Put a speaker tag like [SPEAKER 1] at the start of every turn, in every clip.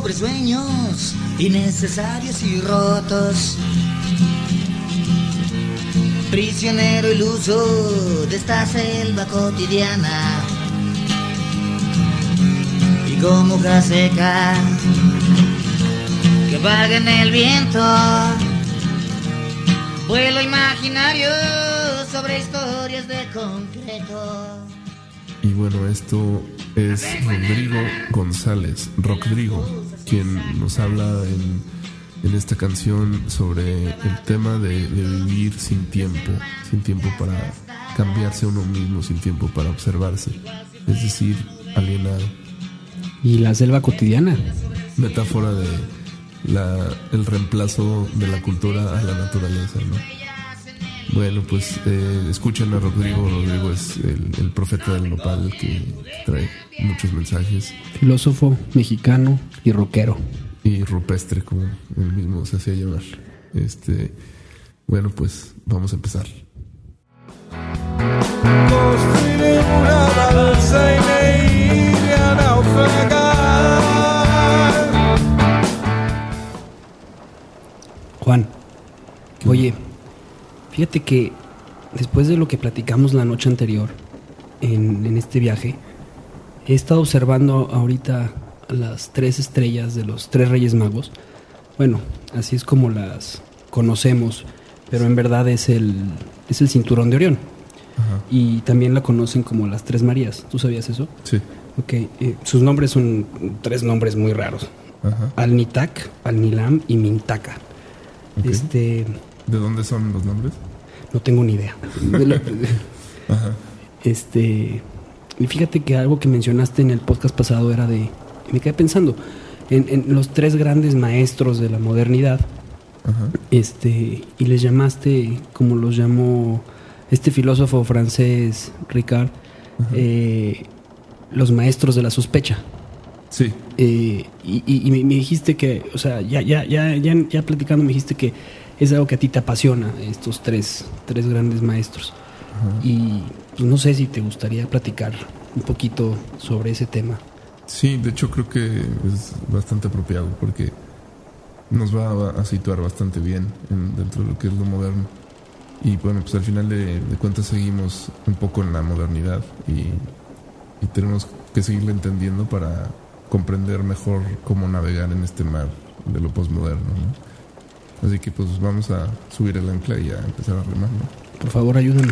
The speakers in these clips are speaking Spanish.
[SPEAKER 1] sobre sueños innecesarios y rotos. Prisionero iluso de esta selva cotidiana. Y como hoja seca que vaga en el viento, vuelo imaginario sobre historias de concreto.
[SPEAKER 2] Y bueno, esto es Rodrigo González, Rodrigo, quien nos habla en esta canción sobre el tema de vivir sin tiempo para cambiarse a uno mismo, sin tiempo para observarse, es decir, alienado.
[SPEAKER 3] Y la selva cotidiana.
[SPEAKER 2] Metáfora de el reemplazo de la cultura a la naturaleza, ¿no? Bueno, pues escuchen a Rodrigo. Rodrigo es el profeta del nopal que trae muchos mensajes.
[SPEAKER 3] Filósofo mexicano y rockero.
[SPEAKER 2] Y rupestre, como él mismo se hacía llamar. Bueno, pues vamos a empezar.
[SPEAKER 4] Construiré una balsa y me iré a naufragar.
[SPEAKER 3] Juan, oye, fíjate que después de lo que platicamos la noche anterior en este viaje, he estado observando ahorita las 3 estrellas de los 3 Reyes Magos. Bueno, así es como las conocemos, pero en verdad es el cinturón de Orión.
[SPEAKER 2] Ajá.
[SPEAKER 3] Y también la conocen como las 3 Marías. ¿Tú sabías eso?
[SPEAKER 2] Sí.
[SPEAKER 3] Ok, sus nombres son 3 nombres muy raros.
[SPEAKER 2] Ajá.
[SPEAKER 3] Al-Nitak, Al-Nilam y Mintaka.
[SPEAKER 2] Okay. ¿De dónde son los nombres?
[SPEAKER 3] No tengo ni idea.
[SPEAKER 2] Ajá.
[SPEAKER 3] Y fíjate que algo que mencionaste en el podcast pasado era me quedé pensando en los 3 grandes maestros de la modernidad.
[SPEAKER 2] Ajá.
[SPEAKER 3] Y les llamaste, como los llamó este filósofo francés Ricard, los maestros de la sospecha.
[SPEAKER 2] Sí.
[SPEAKER 3] Y me dijiste que, o sea, ya platicando me dijiste que es algo que a ti te apasiona, estos tres grandes maestros.
[SPEAKER 2] Ajá.
[SPEAKER 3] Y pues no sé si te gustaría platicar un poquito sobre ese tema.
[SPEAKER 2] Sí, de hecho creo que es bastante apropiado porque nos va a situar bastante bien dentro de lo que es lo moderno. Y bueno, pues al final de cuentas seguimos un poco en la modernidad y tenemos que seguirla entendiendo para comprender mejor cómo navegar en este mar de lo postmoderno, ¿no? Así que pues vamos a subir el ancla y a empezar a remar, ¿no?
[SPEAKER 3] Por favor, ayúdame.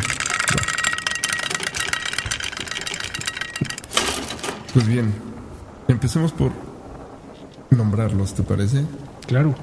[SPEAKER 2] Pues bien, empecemos por nombrarlos, ¿te parece?
[SPEAKER 3] Claro.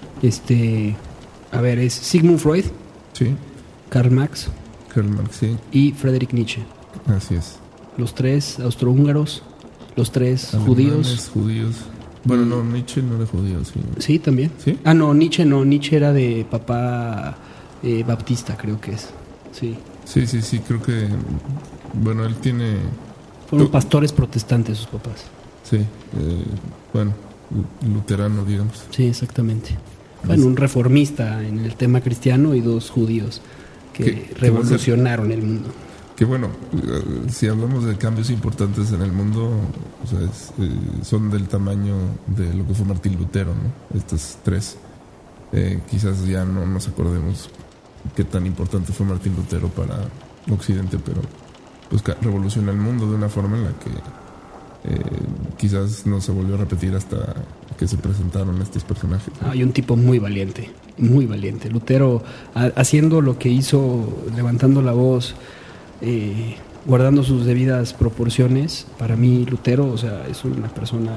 [SPEAKER 3] A ver, es Sigmund Freud.
[SPEAKER 2] Sí.
[SPEAKER 3] Karl Marx.
[SPEAKER 2] Karl Marx, sí.
[SPEAKER 3] Y Friedrich Nietzsche.
[SPEAKER 2] Así es.
[SPEAKER 3] Los 3 austrohúngaros, los 3
[SPEAKER 2] alemanes,
[SPEAKER 3] judíos.
[SPEAKER 2] Judíos. Bueno, no, Nietzsche no era judío, sí.
[SPEAKER 3] Sí, también.
[SPEAKER 2] ¿Sí?
[SPEAKER 3] Ah, no, Nietzsche era de papá baptista, creo que es. Sí.
[SPEAKER 2] Sí, creo que... Bueno, él tiene...
[SPEAKER 3] Fueron pastores protestantes sus papás.
[SPEAKER 2] Sí, bueno, luterano, digamos.
[SPEAKER 3] Sí, exactamente. Bueno, un reformista en el tema cristiano y 2 judíos que revolucionaron el mundo.
[SPEAKER 2] Que bueno, si hablamos de cambios importantes en el mundo, o sea, son del tamaño de lo que fue Martín Lutero, ¿no? Estos 3. Quizás ya no nos acordemos qué tan importante fue Martín Lutero para Occidente, pero pues revoluciona el mundo de una forma en la que quizás no se volvió a repetir hasta que se presentaron estos personajes, ¿no?
[SPEAKER 3] Hay un tipo muy valiente. Lutero, haciendo lo que hizo, levantando la voz, guardando sus debidas proporciones. Para mí Lutero, o sea, es una persona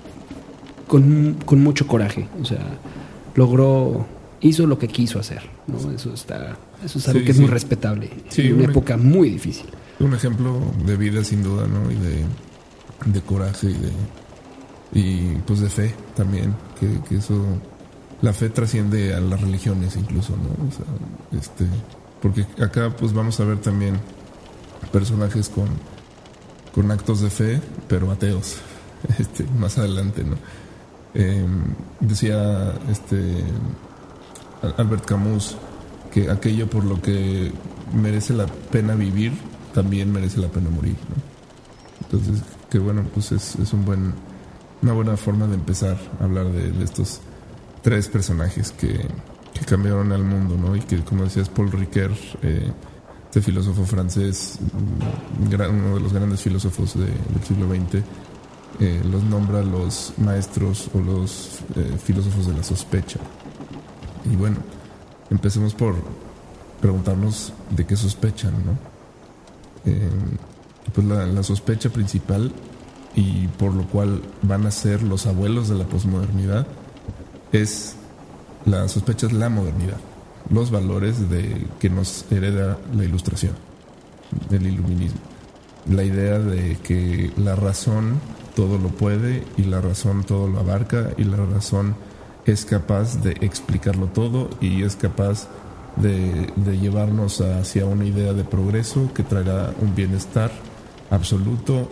[SPEAKER 3] con mucho coraje. O sea, hizo lo que quiso hacer, ¿no? Eso es algo que es muy respetable, en una época muy difícil.
[SPEAKER 2] Un ejemplo de vida sin duda, ¿no? Y de coraje y pues de fe también, que eso, la fe trasciende a las religiones incluso, ¿no? O sea, porque acá pues vamos a ver también personajes con actos de fe, pero ateos, más adelante, ¿no? Decía Albert Camus que aquello por lo que merece la pena vivir también merece la pena morir, ¿no? Entonces, que bueno, pues es un buen una buena forma de empezar a hablar de estos tres personajes que cambiaron al mundo, ¿no? Y que, como decías, Paul Ricoeur, este filósofo francés, uno de los grandes filósofos del siglo XX, los nombra los maestros o los filósofos de la sospecha. Y bueno, empecemos por preguntarnos de qué sospechan, ¿no? Pues la sospecha principal, y por lo cual van a ser los abuelos de la posmodernidad, la sospecha es la modernidad, los valores que nos hereda la Ilustración, el iluminismo, la idea de que la razón todo lo puede y la razón todo lo abarca y la razón es capaz de explicarlo todo y es capaz de llevarnos hacia una idea de progreso que traerá un bienestar absoluto,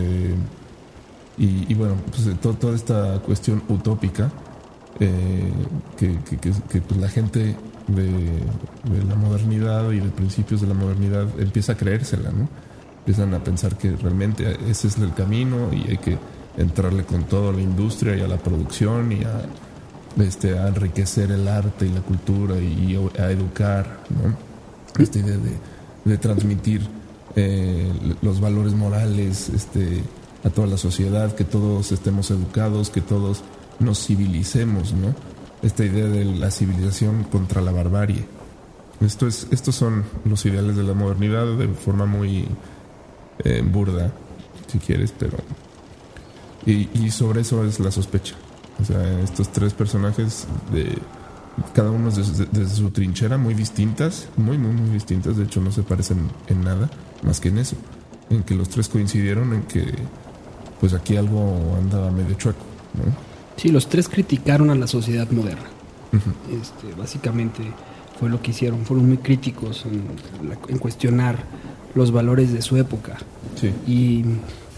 [SPEAKER 2] y bueno, pues toda esta cuestión utópica que pues la gente de la modernidad y de principios de la modernidad empieza a creérsela, ¿no? Empiezan a pensar que realmente ese es el camino y hay que entrarle con todo a la industria y a la producción y a enriquecer el arte y la cultura y a educar, ¿no? Esta idea de transmitir los valores morales a toda la sociedad, que todos estemos educados, que todos nos civilicemos, ¿no? Esta idea de la civilización contra la barbarie. Estos son los ideales de la modernidad de forma muy burda, si quieres, pero y sobre eso es la sospecha. O sea, estos tres personajes, cada uno desde su trinchera, muy distintas, muy distintas. De hecho, no se parecen en nada, más que en eso, en que los tres coincidieron en que pues aquí algo andaba medio chueco, ¿no?
[SPEAKER 3] Sí, los tres criticaron a la sociedad moderna. Uh-huh. Básicamente fue lo que hicieron. Fueron muy críticos en cuestionar los valores de su época.
[SPEAKER 2] Sí.
[SPEAKER 3] Y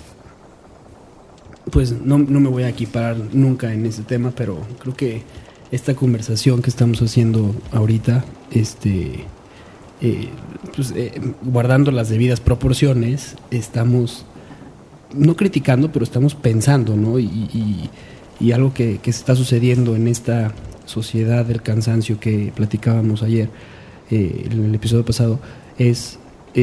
[SPEAKER 3] pues no me voy a equiparar nunca en ese tema, pero creo que esta conversación que estamos haciendo ahorita, guardando las debidas proporciones, estamos no criticando, pero estamos pensando, ¿no? Y algo que está sucediendo en esta sociedad del cansancio que platicábamos ayer, en el episodio pasado, es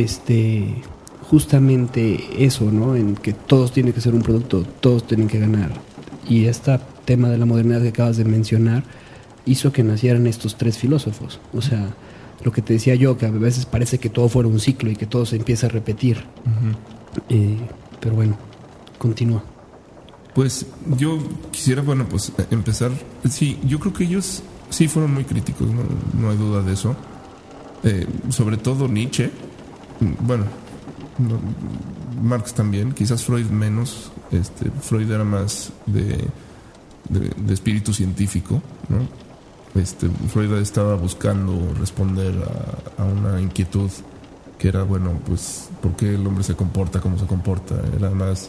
[SPEAKER 3] justamente eso, ¿no? En que todos tienen que ser un producto, todos tienen que ganar. Y este tema de la modernidad que acabas de mencionar hizo que nacieran estos tres filósofos. O sea, lo que te decía yo, que a veces parece que todo fuera un ciclo y que todo se empieza a repetir. Uh-huh. Pero bueno, continúa.
[SPEAKER 2] Pues yo quisiera, pues empezar. Sí, yo creo que ellos sí fueron muy críticos, no hay duda de eso. Sobre todo Nietzsche. Bueno, Marx también, quizás Freud menos. Freud era más de espíritu científico, ¿no? Freud estaba buscando responder a una inquietud que era, pues, ¿por qué el hombre se comporta como se comporta? Era más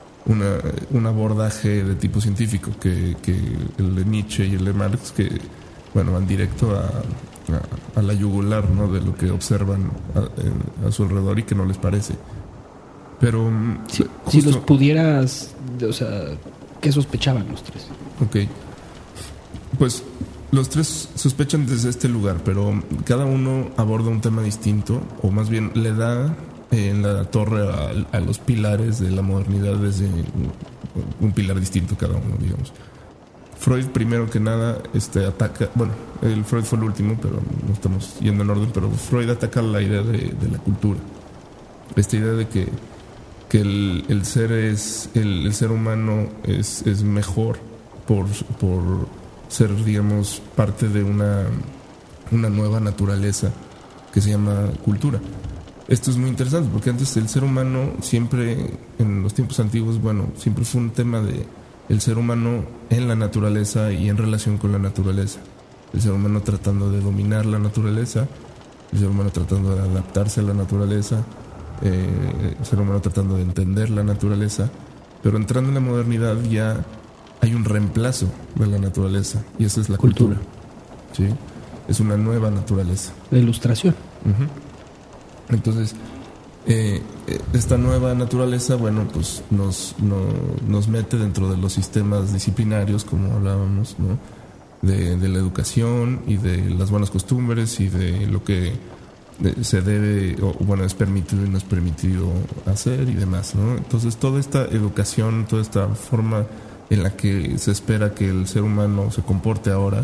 [SPEAKER 2] un abordaje de tipo científico que el de Nietzsche y el de Marx, que, van directo a la yugular, ¿no? De lo que observan a su alrededor y que no les parece. Pero
[SPEAKER 3] si los pudieras, o sea, ¿qué sospechaban los tres?
[SPEAKER 2] Ok, pues los tres sospechan desde este lugar, pero cada uno aborda un tema distinto, o más bien le da en la torre a los pilares de la modernidad desde un pilar distinto cada uno, digamos. Freud, primero que nada, ataca, el Freud fue el último, pero no estamos yendo en orden, pero Freud ataca la idea de la cultura. Esta idea de que el ser humano es mejor por ser, digamos, parte de una nueva naturaleza que se llama cultura. Esto es muy interesante porque antes el ser humano siempre, en los tiempos antiguos, siempre fue un tema de el ser humano en la naturaleza y en relación con la naturaleza. El ser humano tratando de dominar la naturaleza, el ser humano tratando de adaptarse a la naturaleza, el ser humano tratando de entender la naturaleza. Pero entrando en la modernidad ya hay un reemplazo de la naturaleza y esa es la cultura. ¿Sí? Es una nueva naturaleza.
[SPEAKER 3] La Ilustración.
[SPEAKER 2] Uh-huh. Entonces, esta nueva naturaleza, bueno, pues nos mete dentro de los sistemas disciplinarios, como hablábamos, ¿no? De la educación y de las buenas costumbres y de lo que se debe, o bueno, es permitido y no es permitido hacer y demás, ¿no? Entonces, toda esta educación, toda esta forma en la que se espera que el ser humano se comporte ahora,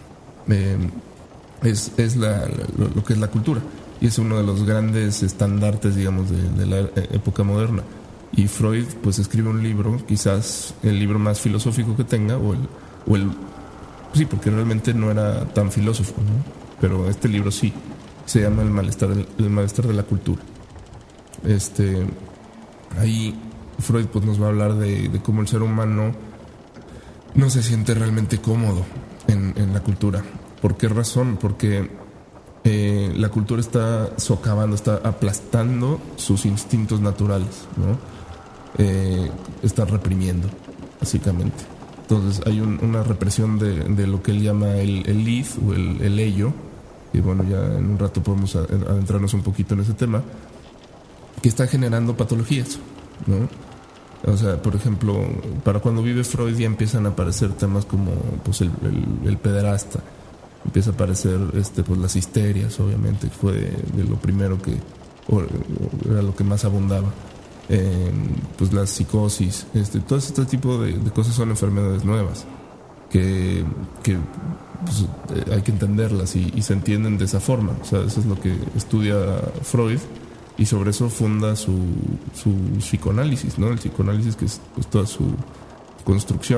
[SPEAKER 2] es lo que es la cultura. Y es uno de los grandes estandartes, digamos, de la época moderna. Y Freud, pues, escribe un libro, quizás el libro más filosófico que tenga, sí, porque realmente no era tan filósofo, ¿no? Pero este libro sí, se llama El malestar de la cultura. Ahí Freud, pues, nos va a hablar de cómo el ser humano no se siente realmente cómodo en la cultura. ¿Por qué razón? Porque la cultura está socavando, está aplastando sus instintos naturales, ¿no? Está reprimiendo, básicamente. Entonces hay una represión de lo que él llama el id o el ello, y bueno, ya en un rato podemos adentrarnos un poquito en ese tema, que está generando patologías, ¿no? O sea, por ejemplo, para cuando vive Freud ya empiezan a aparecer temas como, pues, el pederasta. Empieza a aparecer pues las histerias, obviamente, fue de lo primero que, o era lo que más abundaba. Pues la psicosis, todo este tipo de cosas son enfermedades nuevas que pues, hay que entenderlas y se entienden de esa forma. O sea, eso es lo que estudia Freud y sobre eso funda su psicoanálisis, ¿no? El psicoanálisis, que es, pues, toda su construcción.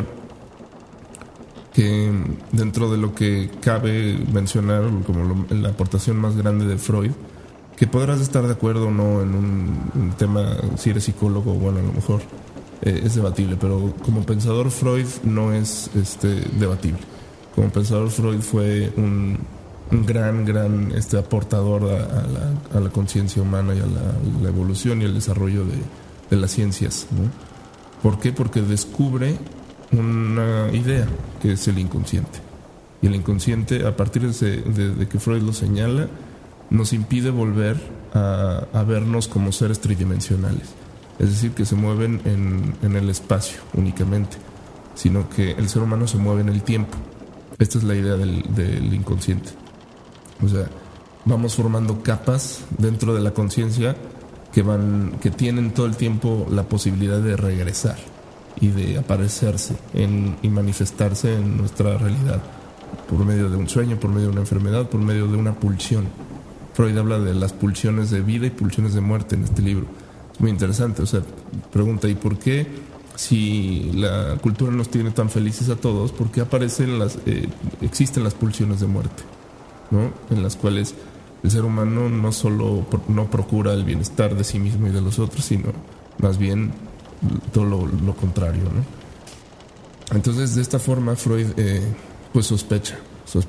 [SPEAKER 2] Que dentro de lo que cabe mencionar como la aportación más grande de Freud, que podrás estar de acuerdo o no en un tema, si eres psicólogo, bueno, a lo mejor es debatible, pero como pensador Freud no es debatible. Como pensador Freud fue un gran aportador a la conciencia humana y a la evolución y el desarrollo de las ciencias, ¿no? ¿Por qué? Porque descubre una idea que es el inconsciente, y el inconsciente, a partir de que Freud lo señala, nos impide volver a vernos como seres tridimensionales, es decir, que se mueven en el espacio únicamente, sino que el ser humano se mueve en el tiempo. Esta es la idea del inconsciente. O sea, vamos formando capas dentro de la conciencia que tienen todo el tiempo la posibilidad de regresar y de aparecerse y manifestarse en nuestra realidad por medio de un sueño, por medio de una enfermedad, por medio de una pulsión. Freud habla de las pulsiones de vida y pulsiones de muerte en este libro. Es muy interesante. O sea, pregunta, ¿y por qué, si la cultura nos tiene tan felices a todos, por qué existen las pulsiones de muerte, ¿no? En las cuales el ser humano no solo no procura el bienestar de sí mismo y de los otros, sino más bien todo lo contrario, ¿no? Entonces, de esta forma Freud pues sospecha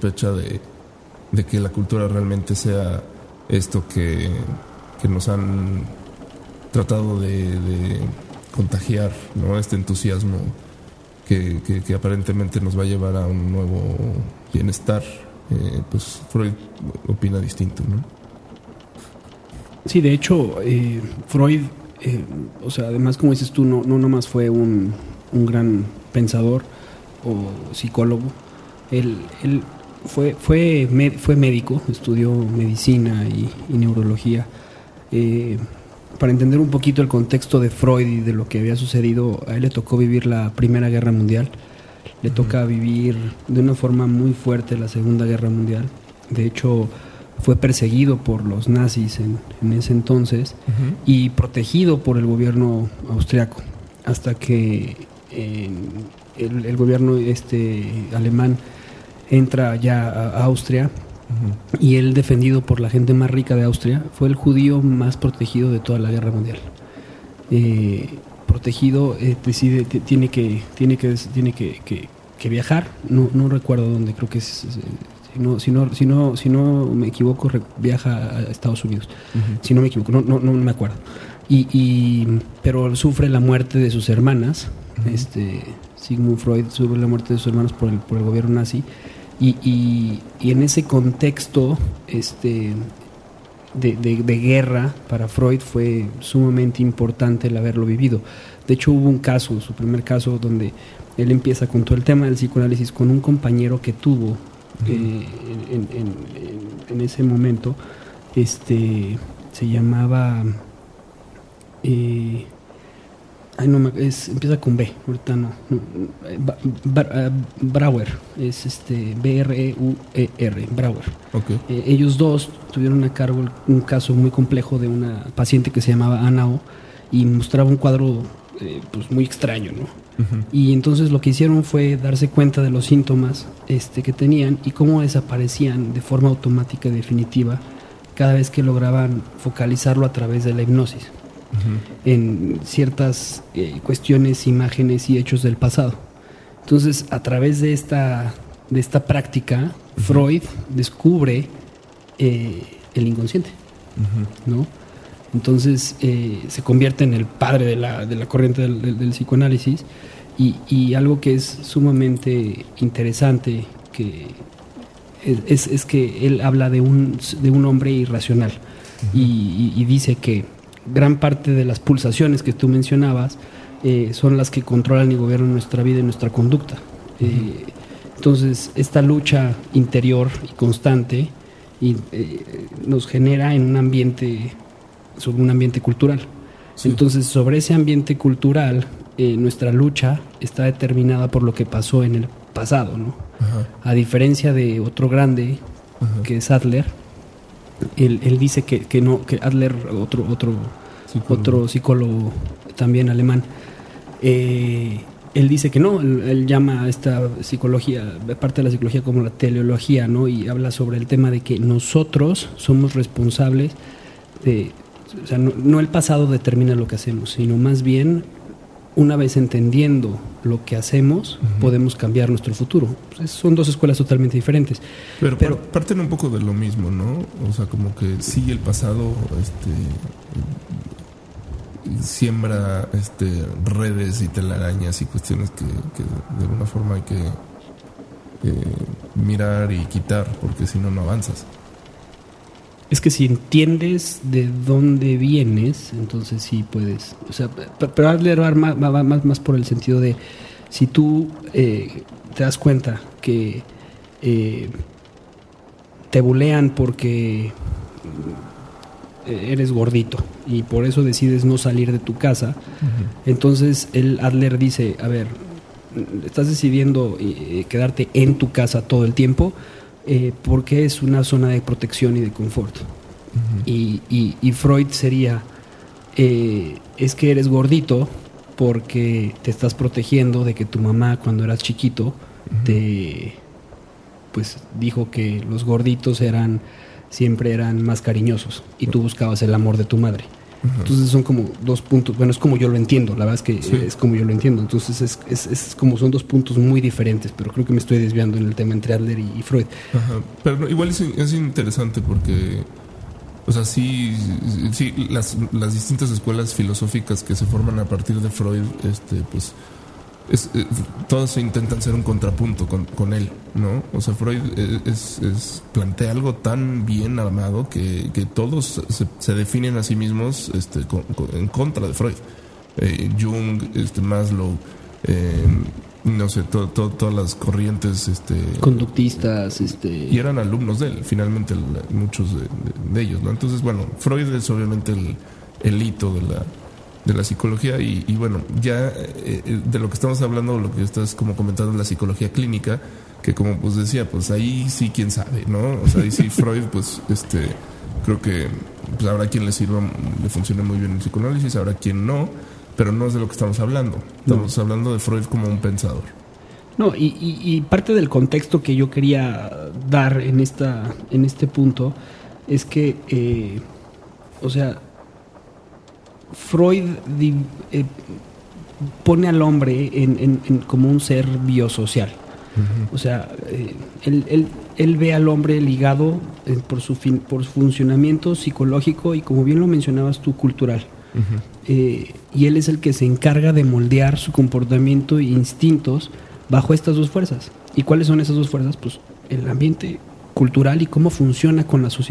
[SPEAKER 2] de que la cultura realmente sea esto que nos han tratado de contagiar, ¿no? Este entusiasmo que aparentemente nos va a llevar a un nuevo bienestar. Pues Freud opina distinto, ¿no?
[SPEAKER 3] Sí, de hecho, Freud, o sea, además, como dices tú, no nomás fue un gran pensador o psicólogo. Él fue médico, estudió medicina y neurología. Para entender un poquito el contexto de Freud y de lo que había sucedido, a él le tocó vivir la Primera Guerra Mundial. Le toca vivir de una forma muy fuerte la Segunda Guerra Mundial. De hecho, fue perseguido por los nazis en ese entonces, y protegido por el gobierno austriaco, hasta que el gobierno alemán entra ya a Austria, y él, defendido por la gente más rica de Austria, fue el judío más protegido de toda la Guerra Mundial. Protegido, decide, tiene que viajar, no recuerdo dónde, creo que es, si no me equivoco, viaja a Estados Unidos, si no me equivoco, no me acuerdo, pero sufre la muerte de sus hermanas. Sigmund Freud sufre la muerte de sus hermanos por el gobierno nazi, y en ese contexto de guerra para Freud fue sumamente importante el haberlo vivido. De hecho, hubo un caso, su primer caso, donde él empieza con todo el tema del psicoanálisis con un compañero que tuvo en ese momento. Se llamaba empieza con B, ahorita no, Brauer, es Breuer, Brauer.
[SPEAKER 2] Okay.
[SPEAKER 3] Ellos dos tuvieron a cargo un caso muy complejo de una paciente que se llamaba Anao y mostraba un cuadro pues muy extraño, ¿no? Uh-huh. Y entonces lo que hicieron fue darse cuenta de los síntomas que tenían y cómo desaparecían de forma automática y definitiva cada vez que lograban focalizarlo a través de la hipnosis. Uh-huh. En ciertas cuestiones, imágenes y hechos del pasado. Entonces, a través de esta práctica, uh-huh, Freud descubre el inconsciente, uh-huh, ¿no? Entonces se convierte en el padre de la corriente del psicoanálisis y algo que es sumamente interesante que es que él habla de un hombre irracional, uh-huh, y dice que gran parte de las pulsaciones que tú mencionabas son las que controlan y gobiernan nuestra vida y nuestra conducta. Uh-huh. Entonces, esta lucha interior y constante nos genera en un ambiente cultural. Sí. Entonces, sobre ese ambiente cultural, nuestra lucha está determinada por lo que pasó en el pasado, ¿no? Uh-huh. A diferencia de otro grande, uh-huh, que es Adler. Él dice que no, que Adler, otro psicólogo también alemán, él dice que no, él llama a esta psicología, parte de la psicología, como la teleología, ¿no? Y habla sobre el tema de que nosotros somos responsables de, o sea, no el pasado determina lo que hacemos, sino más bien una vez entendiendo lo que hacemos, uh-huh, podemos cambiar nuestro futuro. Pues son dos escuelas totalmente diferentes.
[SPEAKER 2] Pero parten un poco de lo mismo, ¿no? O sea, como que sí, el pasado siembra redes y telarañas y cuestiones que de alguna forma hay que mirar y quitar, porque si no, no avanzas.
[SPEAKER 3] Es que si entiendes de dónde vienes, entonces sí puedes. O sea, pero Adler va más por el sentido de si tú te das cuenta que te bulean porque eres gordito y por eso decides no salir de tu casa, uh-huh, entonces Adler dice, a ver, estás decidiendo quedarte en tu casa todo el tiempo, porque es una zona de protección y de confort. Uh-huh. Y Freud sería, es que eres gordito porque te estás protegiendo de que tu mamá, cuando eras chiquito, uh-huh, pues dijo que los gorditos siempre eran más cariñosos y tú buscabas el amor de tu madre. Uh-huh. Entonces son como dos puntos, bueno, es como yo lo entiendo, la verdad es que sí, es como yo lo entiendo. Entonces es como son dos puntos muy diferentes, pero creo que me estoy desviando en el tema entre Adler y Freud.
[SPEAKER 2] Ajá. Pero igual es interesante porque, o sea, sí las distintas escuelas filosóficas que se forman a partir de Freud, pues todas intentan ser un contrapunto con él, ¿no? O sea, Freud plantea algo tan bien armado que todos se definen a sí mismos en contra de Freud. Jung, Maslow, no sé, todas las corrientes
[SPEAKER 3] conductistas,
[SPEAKER 2] y eran alumnos de él, finalmente muchos de ellos, ¿no? Entonces, bueno, Freud es obviamente el hito de la psicología y bueno, ya de lo que estamos hablando, lo que estás como comentando, la psicología clínica, que como pues decía, pues ahí sí, quién sabe, ¿no? O sea, ahí sí Freud, pues creo que pues habrá quien le funcione muy bien el psicoanálisis, habrá quien no, pero no es de lo que estamos hablando. Estamos hablando de Freud como un pensador.
[SPEAKER 3] No, y parte del contexto que yo quería dar en este punto es que, o sea, Freud pone al hombre como un ser biosocial. Uh-huh. O sea, él ve al hombre ligado por su funcionamiento psicológico y, como bien lo mencionabas tú, cultural. Uh-huh. Y él es el que se encarga de moldear su comportamiento e instintos bajo estas dos fuerzas. ¿Y cuáles son esas dos fuerzas? Pues el ambiente cultural y cómo funciona con la sociedad.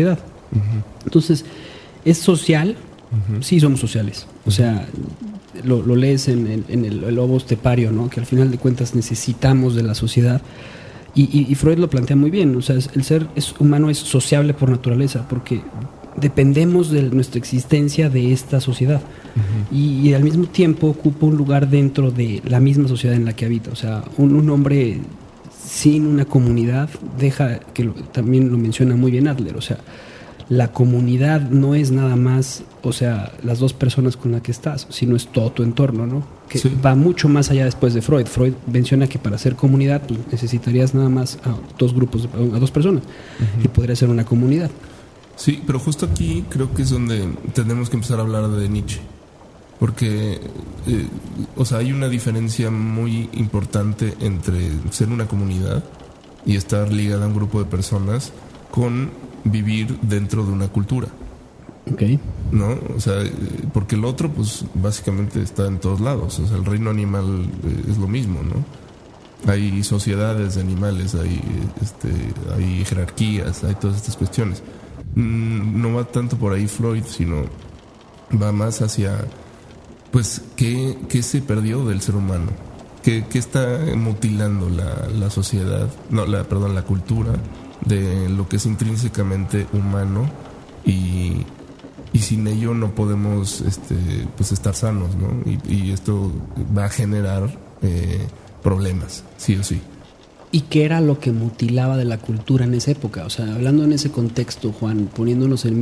[SPEAKER 3] Entonces, ¿es social? Sí, somos sociales. O sea, lo lees en el lobo estepario, ¿no? Que al final de cuentas necesitamos de la sociedad. Y Freud lo plantea muy bien. O sea, el ser humano es sociable por naturaleza, porque dependemos de nuestra existencia de esta sociedad. Y al mismo tiempo ocupa un lugar dentro de la misma sociedad en la que habita. O sea, un hombre sin una comunidad deja, también lo menciona muy bien Adler, o sea, la comunidad no es nada más, o sea, las dos personas con las que estás, sino es todo tu entorno, ¿no? Que va mucho más allá después de Freud. Freud menciona que para ser comunidad pues, necesitarías nada más a dos personas, y podría ser una comunidad.
[SPEAKER 2] Sí, pero justo aquí creo que es donde tenemos que empezar a hablar de Nietzsche. Porque, o sea, hay una diferencia muy importante entre ser una comunidad y estar ligada a un grupo de personas con vivir dentro de una cultura.
[SPEAKER 3] Okay.
[SPEAKER 2] ¿No? O sea, porque el otro, pues, básicamente está en todos lados. O sea, el reino animal es lo mismo, ¿no? Hay sociedades de animales, hay jerarquías, hay todas estas cuestiones. No va tanto por ahí Freud, sino va más hacia, pues, ¿qué se perdió del ser humano? ¿Qué está mutilando la sociedad? No, la cultura de lo que es intrínsecamente humano, y sin ello no podemos pues estar sanos, ¿no? Y esto va a generar problemas, sí o sí.
[SPEAKER 3] ¿Y qué era lo que mutilaba de la cultura en esa época? O sea, hablando en ese contexto, Juan, poniéndonos en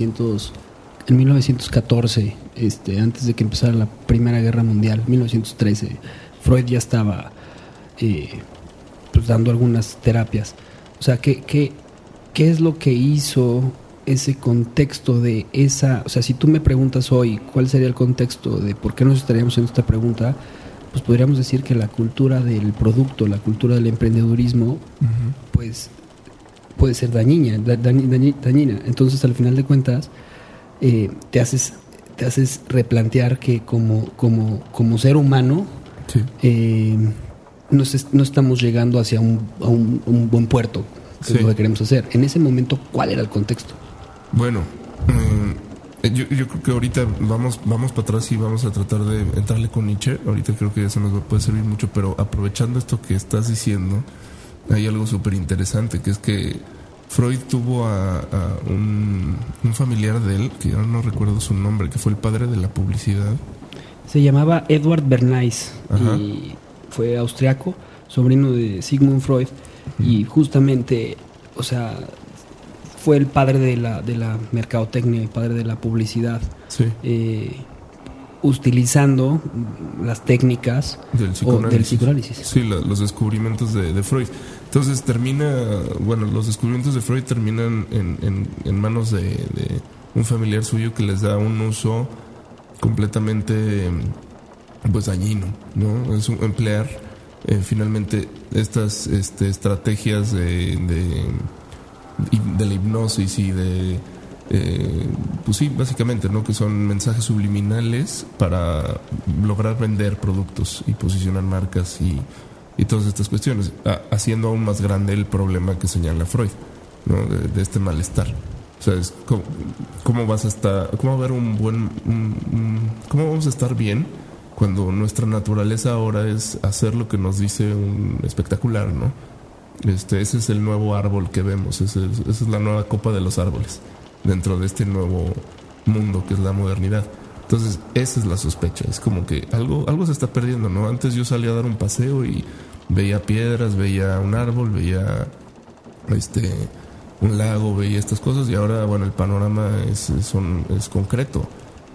[SPEAKER 3] 1914, antes de que empezara la Primera Guerra Mundial, 1913, Freud ya estaba pues dando algunas terapias. O sea, ¿qué es lo que hizo ese contexto de esa? O sea, si tú me preguntas hoy cuál sería el contexto de por qué nos estaríamos haciendo esta pregunta, pues podríamos decir que la cultura del producto, la cultura del emprendedurismo, pues puede ser dañina. Entonces, al final de cuentas, te haces replantear que como ser humano, sí, no estamos llegando hacia un buen puerto, que es lo que queremos hacer. En ese momento, ¿cuál era el contexto?
[SPEAKER 2] Bueno, yo creo que ahorita vamos para atrás y vamos a tratar de entrarle con Nietzsche. Ahorita creo que eso nos puede servir mucho, pero aprovechando esto que estás diciendo, hay algo súper interesante, que es que Freud tuvo a un familiar de él, que yo no recuerdo su nombre, que fue el padre de la publicidad.
[SPEAKER 3] Se llamaba Edward Bernays. Ajá. Y fue austriaco, sobrino de Sigmund Freud, y justamente, o sea, fue el padre de la mercadotecnia, el padre de la publicidad, sí, utilizando las técnicas del psicoanálisis.
[SPEAKER 2] Sí, los descubrimientos de Freud. Entonces los descubrimientos de Freud terminan en manos de un familiar suyo que les da un uso completamente pues dañino, ¿no? Es emplear finalmente estas estrategias de la hipnosis y pues sí, básicamente, ¿no? Que son mensajes subliminales para lograr vender productos y posicionar marcas y todas estas cuestiones, haciendo aún más grande el problema que señala Freud, ¿no? De este malestar. O sea, es cómo vas a estar, cómo va a haber cómo vamos a estar bien cuando nuestra naturaleza ahora es hacer lo que nos dice un espectacular, ¿no? Ese es el nuevo árbol que vemos, esa es la nueva copa de los árboles dentro de este nuevo mundo que es la modernidad. Entonces, esa es la sospecha, es como que algo se está perdiendo, ¿no? Antes yo salía a dar un paseo y veía piedras, veía un árbol, veía un lago, veía estas cosas, y ahora, bueno, el panorama es concreto.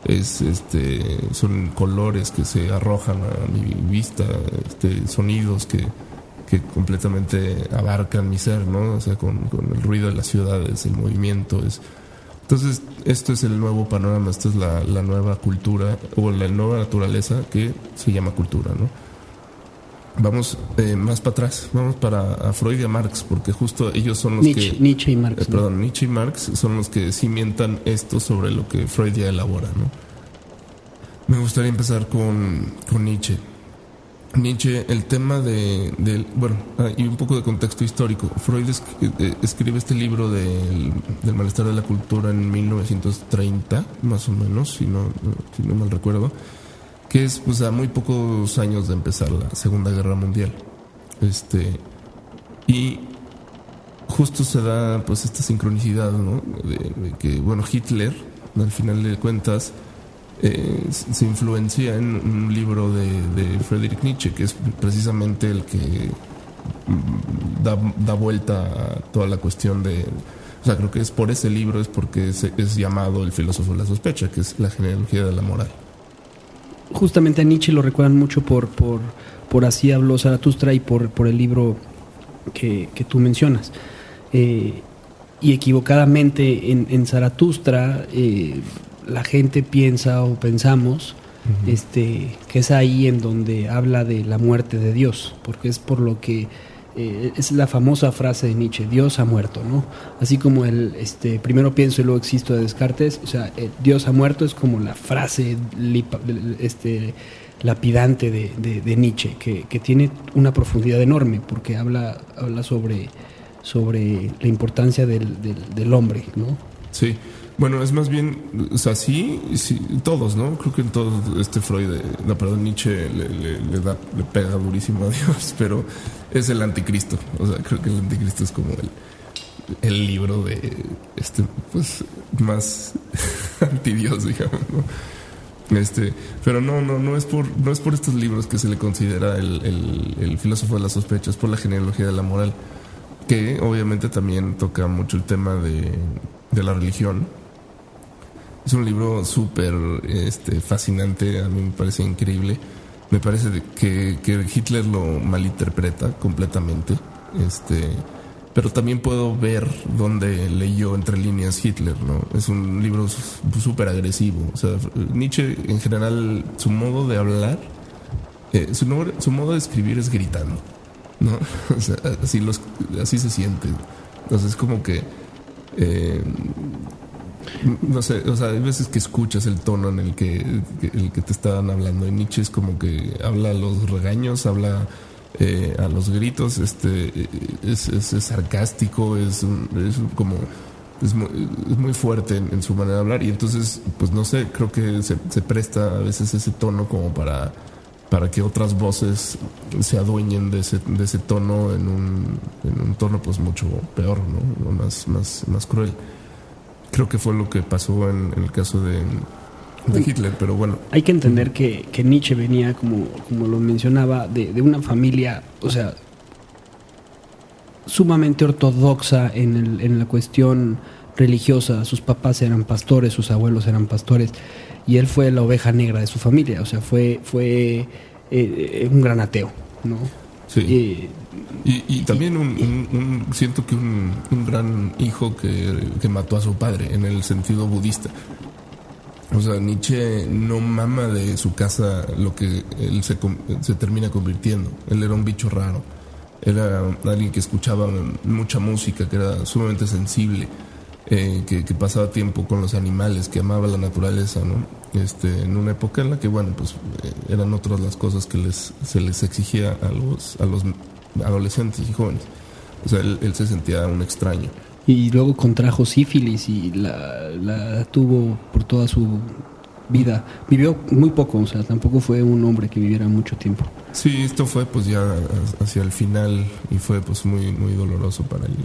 [SPEAKER 2] Son colores que se arrojan a mi vista, sonidos que completamente abarcan mi ser, ¿no? O sea, con el ruido de las ciudades, el movimiento. Entonces, esto es el nuevo panorama, esta es la nueva cultura, o la nueva naturaleza que se llama cultura, ¿no? Vamos más para atrás, vamos a Freud y a Marx, porque justo ellos son los
[SPEAKER 3] Nietzsche y Marx.
[SPEAKER 2] Nietzsche y Marx son los que cimientan esto sobre lo que Freud ya elabora, ¿no? Me gustaría empezar con Nietzsche. Nietzsche, el tema bueno, y un poco de contexto histórico. Freud escribe este libro del malestar de la cultura en 1930, más o menos, si no mal recuerdo, que es pues a muy pocos años de empezar la Segunda Guerra Mundial. Y justo se da pues esta sincronicidad, ¿no? De que, bueno, Hitler, al final de cuentas, se influencia en un libro de Friedrich Nietzsche, que es precisamente el que da vuelta a toda la cuestión de... O sea, creo que es por ese libro, es porque es llamado el filósofo de la sospecha, que es la genealogía de la moral.
[SPEAKER 3] Justamente a Nietzsche lo recuerdan mucho por Así habló Zaratustra y por el libro que tú mencionas. Y equivocadamente en Zaratustra... la gente piensa o pensamos que es ahí en donde habla de la muerte de Dios, porque es por lo que es la famosa frase de Nietzsche: Dios ha muerto, ¿no? Así como el primero pienso y luego existo de Descartes, o sea, Dios ha muerto es como la frase lapidante de Nietzsche, que tiene una profundidad enorme, porque habla sobre la importancia del hombre, ¿no?
[SPEAKER 2] Sí. Bueno, es más bien, o sea, sí, todos, ¿no? Creo que en todo Freud, Nietzsche le pega durísimo a Dios, pero es el anticristo. O sea, creo que el anticristo es como el libro de, pues, más antidios, digamos, ¿no? Pero no es por estos libros que se le considera el filósofo de la sospecha, es por la genealogía de la moral, que obviamente también toca mucho el tema de la religión. Es un libro súper fascinante, a mí me parece increíble. Me parece que Hitler lo malinterpreta completamente. Pero también puedo ver dónde leyó entre líneas Hitler, ¿no? Es un libro súper agresivo. O sea, Nietzsche, en general, su modo de hablar, su modo de escribir es gritando, ¿no? O sea, así se siente. Entonces es como que... no sé, o sea, hay veces que escuchas el tono en el que te estaban hablando, y Nietzsche es como que habla a los regaños, habla a los gritos, es sarcástico, es muy fuerte en su manera de hablar, y entonces, pues no sé, creo que se presta a veces ese tono como para que otras voces se adueñen de ese tono en un tono pues mucho peor, ¿no? Más cruel. Creo que fue lo que pasó en el caso de Hitler, pero bueno.
[SPEAKER 3] Hay que entender que Nietzsche venía, como lo mencionaba, de una familia, o sea, sumamente ortodoxa en la cuestión religiosa. Sus papás eran pastores, sus abuelos eran pastores, y él fue la oveja negra de su familia, o sea, fue un gran ateo, ¿no?
[SPEAKER 2] Sí. Y también siento que un gran hijo que mató a su padre, en el sentido budista. O sea, Nietzsche no mama de su casa lo que él se termina convirtiendo. Él era un bicho raro. Era alguien que escuchaba mucha música, que era sumamente sensible, que pasaba tiempo con los animales, que amaba la naturaleza, ¿no? En una época en la que, bueno, pues eran otras las cosas que se les exigía a los adolescentes y jóvenes. O sea, él se sentía un extraño.
[SPEAKER 3] Y luego contrajo sífilis y la tuvo por toda su vida. Vivió muy poco, o sea, tampoco fue un hombre que viviera mucho tiempo.
[SPEAKER 2] Sí, esto fue pues ya hacia el final, y fue pues muy, muy doloroso para él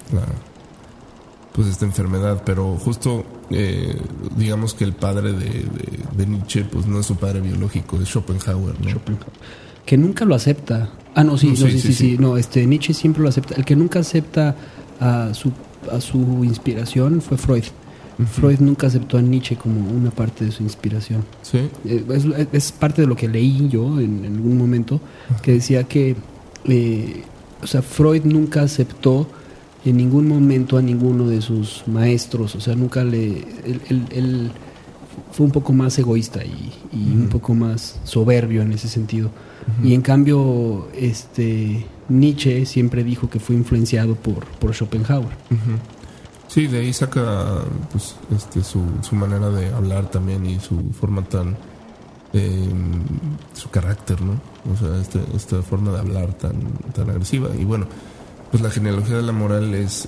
[SPEAKER 2] pues esta enfermedad. Pero justo digamos que el padre de Nietzsche pues no es su padre biológico, es Schopenhauer, ¿no?
[SPEAKER 3] Que nunca lo acepta. Sí. No, Nietzsche siempre lo acepta. El que nunca acepta a su inspiración fue Freud. Uh-huh. Freud nunca aceptó a Nietzsche como una parte de su inspiración.
[SPEAKER 2] Sí.
[SPEAKER 3] Es parte de lo que leí yo en algún momento, que decía que o sea, Freud nunca aceptó en ningún momento a ninguno de sus maestros. O sea, nunca él fue un poco más egoísta y un poco más soberbio en ese sentido. Uh-huh. Y en cambio Nietzsche siempre dijo que fue influenciado por Schopenhauer.
[SPEAKER 2] Uh-huh. Sí, de ahí saca pues su manera de hablar también, y su forma tan su carácter, ¿no? O sea, esta forma de hablar tan agresiva. Y bueno, pues la genealogía de la moral es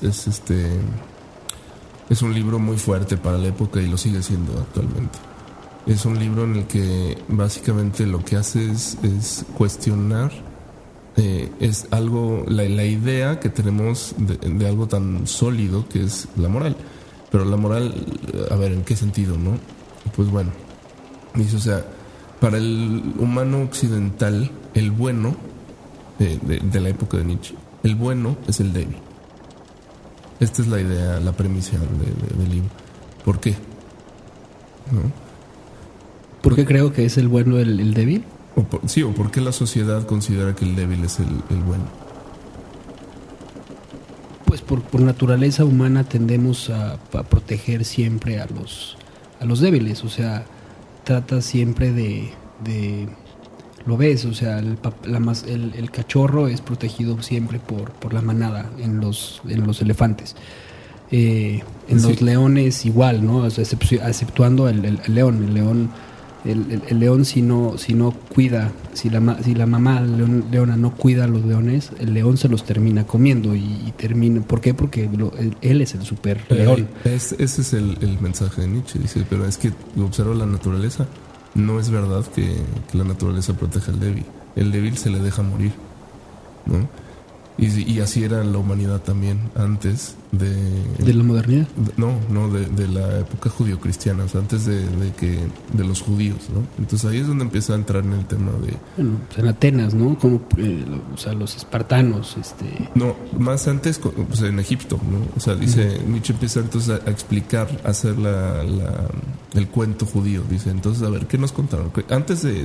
[SPEAKER 2] un libro muy fuerte para la época y lo sigue siendo actualmente. Es un libro en el que básicamente lo que hace es cuestionar es algo, la idea que tenemos de algo tan sólido que es la moral. Pero la moral, a ver, ¿en qué sentido, no? Pues bueno, dice, o sea, para el humano occidental, el bueno, de la época de Nietzsche, el bueno es el débil. Esta es la idea, la premisa del libro. ¿Por qué? ¿No?
[SPEAKER 3] ¿Por qué creo que es el bueno el débil?
[SPEAKER 2] O por qué la sociedad considera que el débil es el bueno.
[SPEAKER 3] Pues por naturaleza humana tendemos a proteger siempre a los débiles, o sea, trata siempre de lo ves, o sea, el cachorro es protegido siempre por la manada en los elefantes. En los leones igual, ¿no? O sea, exceptuando el león. El león si no cuida, si la mamá leona no cuida a los leones, el león se los termina comiendo y termina. ¿Por qué? Porque él es el super león.
[SPEAKER 2] Ese es el mensaje de Nietzsche. Dice, pero es que observa la naturaleza. No es verdad que la naturaleza proteja al débil. El débil se le deja morir, ¿no? Y así era la humanidad también antes de
[SPEAKER 3] la modernidad.
[SPEAKER 2] De la época judio-cristiana, o sea, antes de los judíos, ¿no? Entonces ahí es donde empieza a entrar en el tema de...
[SPEAKER 3] Bueno, pues en Atenas, ¿no? Como, o sea, los espartanos,
[SPEAKER 2] No, más antes, pues en Egipto, ¿no? O sea, dice, Nietzsche empieza entonces a explicar, a hacer el cuento judío. Dice, entonces, a ver, ¿qué nos contaron? Antes de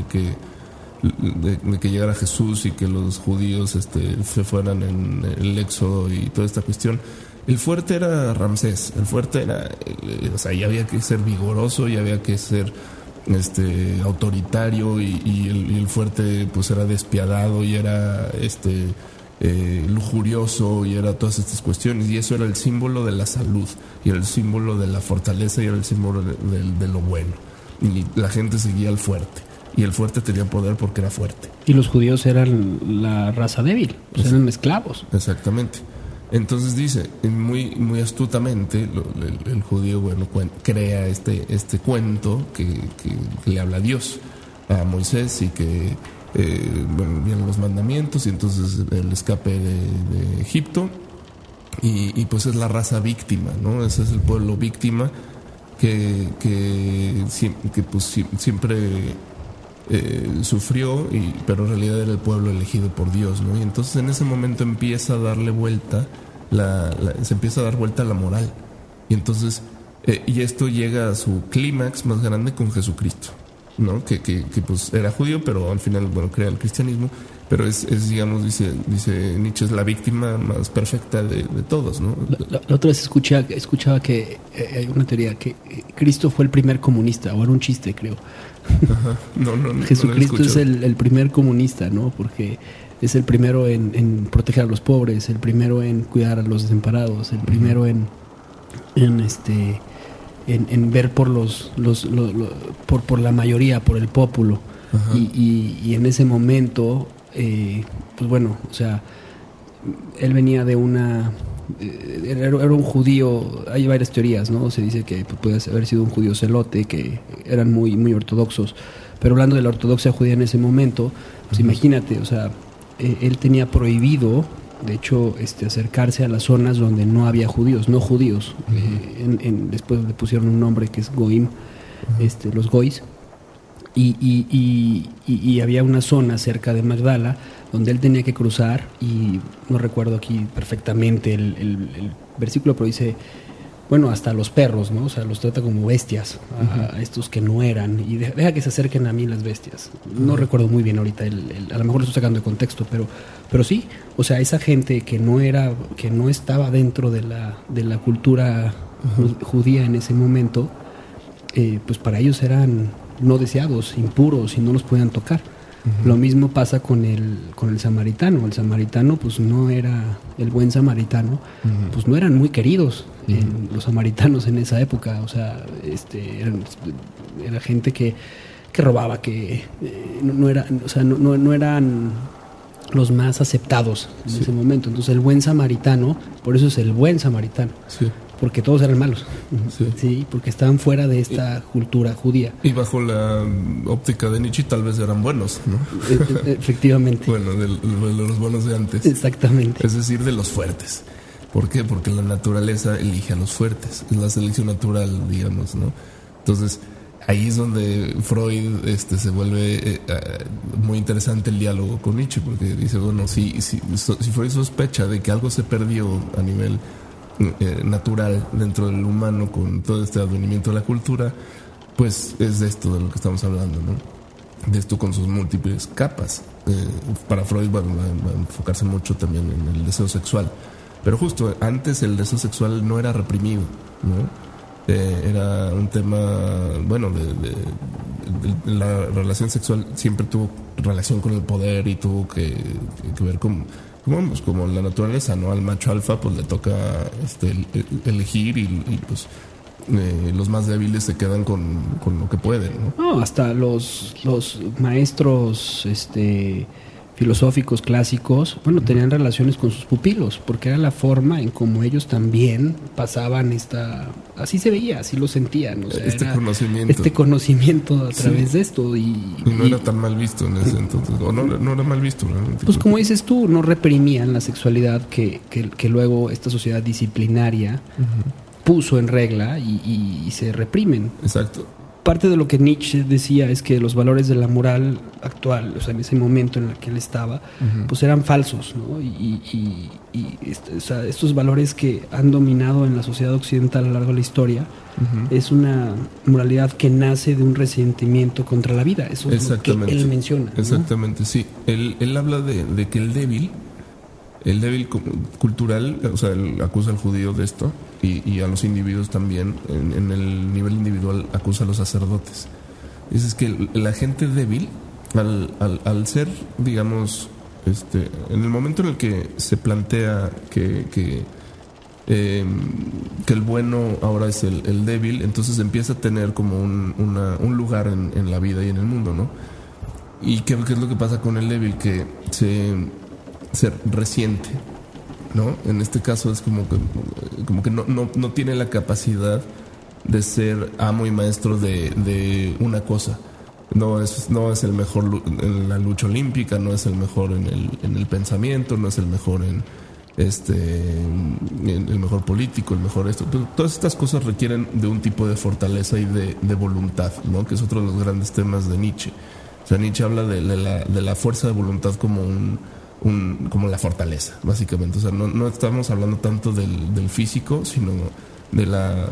[SPEAKER 2] que llegara Jesús y que los judíos se fueran en el éxodo y toda esta cuestión, el fuerte era Ramsés. El fuerte era, o sea, ya había que ser vigoroso, ya había que ser autoritario y el fuerte pues era despiadado y era lujurioso y era todas estas cuestiones, y eso era el símbolo de la salud y era el símbolo de la fortaleza y era el símbolo de lo bueno, y la gente seguía al fuerte. Y el fuerte tenía poder porque era fuerte.
[SPEAKER 3] Y los judíos eran la raza débil, pues eran esclavos.
[SPEAKER 2] Exactamente. Entonces dice, muy, muy astutamente, el judío, bueno, crea este cuento que le habla a Dios, a Moisés, y que vienen los mandamientos, y entonces el escape de Egipto, y pues es la raza víctima, ¿no? Ese es el pueblo víctima que pues siempre... sufrió, pero en realidad era el pueblo elegido por Dios, ¿no? Y entonces en ese momento empieza a darle vuelta se empieza a dar vuelta a la moral, y entonces y esto llega a su clímax más grande con Jesucristo, ¿no? Que pues era judío, pero al final, bueno, crea el cristianismo, pero es digamos, dice Nietzsche, es la víctima más perfecta de todos, ¿no?
[SPEAKER 3] La otra vez escuchaba que hay una teoría que Cristo fue el primer comunista, o era un chiste, creo.
[SPEAKER 2] Ajá. No,
[SPEAKER 3] Jesucristo es el primer comunista, ¿no? Porque es el primero en proteger a los pobres, el primero en cuidar a los desamparados, el primero en ver por por la mayoría, por el pueblo. Y en ese momento, pues bueno, o sea, él venía de era un judío. Hay varias teorías, ¿no? Se dice que puede haber sido un judío celote, que eran muy, muy ortodoxos. Pero hablando de la ortodoxia judía en ese momento, pues imagínate, o sea, él tenía prohibido, de hecho, acercarse a las zonas donde no había judíos, no judíos. Después le pusieron un nombre que es Goim, los Gois. Y había una zona cerca de Magdala donde él tenía que cruzar, y no recuerdo aquí perfectamente el versículo, pero dice, bueno, hasta los perros, ¿no? O sea, los trata como bestias a estos que no eran, y deja que se acerquen a mí las bestias. No recuerdo muy bien ahorita, a lo mejor lo estoy sacando de contexto, pero sí, o sea, esa gente que no estaba dentro de la cultura judía en ese momento, pues para ellos eran no deseados, impuros, y no los podían tocar. Lo mismo pasa con el samaritano. El samaritano, pues no era el buen samaritano, pues no eran muy queridos los samaritanos en esa época. O sea, era gente que robaba, que no eran los más aceptados en ese momento. Entonces el buen samaritano, por eso es el buen samaritano, porque todos eran malos, sí, porque estaban fuera de esta cultura judía.
[SPEAKER 2] Y bajo la óptica de Nietzsche tal vez eran buenos, ¿no?
[SPEAKER 3] Efectivamente.
[SPEAKER 2] Bueno, de los buenos de antes.
[SPEAKER 3] Exactamente.
[SPEAKER 2] Es decir, de los fuertes. ¿Por qué? Porque la naturaleza elige a los fuertes. Es la selección natural, digamos, ¿no? Entonces, ahí es donde Freud se vuelve muy interesante el diálogo con Nietzsche, porque dice, bueno, si Freud sospecha de que algo se perdió a nivel natural dentro del humano con todo este advenimiento de la cultura, pues es de esto de lo que estamos hablando, ¿no? De esto con sus múltiples capas. Para Freud va a enfocarse mucho también en el deseo sexual. Pero justo antes el deseo sexual no era reprimido, ¿no? Era un tema, bueno, de la relación sexual siempre tuvo relación con el poder y tuvo que ver como la naturaleza, ¿no? Al macho alfa pues le toca elegir y pues los más débiles se quedan con lo que pueden, ¿no?
[SPEAKER 3] No, hasta los maestros filosóficos clásicos, bueno, tenían relaciones con sus pupilos, porque era la forma en como ellos también pasaban así se veía, así lo sentían, o sea, este conocimiento a través de esto y
[SPEAKER 2] no era tan mal visto en ese entonces, o no era mal visto realmente.
[SPEAKER 3] Pues como dices tú, no reprimían la sexualidad que luego esta sociedad disciplinaria puso en regla y se reprimen.
[SPEAKER 2] Exacto.
[SPEAKER 3] Parte de lo que Nietzsche decía es que los valores de la moral actual, o sea, en ese momento en el que él estaba, pues eran falsos, ¿no? O sea, estos valores que han dominado en la sociedad occidental a lo largo de la historia, es una moralidad que nace de un resentimiento contra la vida. Eso es lo que él menciona, ¿no?
[SPEAKER 2] Exactamente, sí. Él habla de que el débil cultural, o sea, él acusa al judío de esto y a los individuos también, en el nivel individual acusa a los sacerdotes. Es que la gente débil, al ser, digamos, en el momento en el que se plantea que el bueno ahora es el débil, entonces empieza a tener como un lugar en la vida y en el mundo, ¿no? ¿Y qué es lo que pasa con el débil? Que se resiente, ¿no? En este caso es como que no tiene la capacidad de ser amo y maestro de una cosa. No es el mejor en la lucha olímpica, no es el mejor en el pensamiento, no es el mejor en el mejor político, el mejor esto. Todas estas cosas requieren de un tipo de fortaleza y de voluntad, ¿no? Que es otro de los grandes temas de Nietzsche. O sea, Nietzsche habla de la fuerza de voluntad como como la fortaleza, básicamente. O sea, no estamos hablando tanto del físico, sino de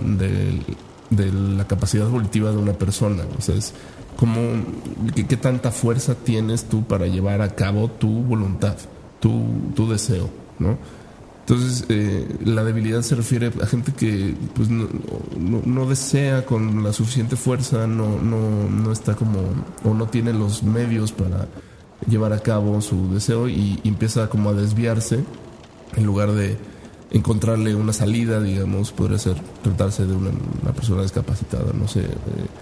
[SPEAKER 2] la capacidad volitiva de una persona. O sea, es como qué tanta fuerza tienes tú para llevar a cabo tu voluntad, tu deseo, ¿no? Entonces, la debilidad se refiere a gente que pues no desea con la suficiente fuerza, no está como, o no tiene los medios para llevar a cabo su deseo y empieza como a desviarse en lugar de encontrarle una salida, digamos. Podría tratarse de una persona discapacitada, no sé.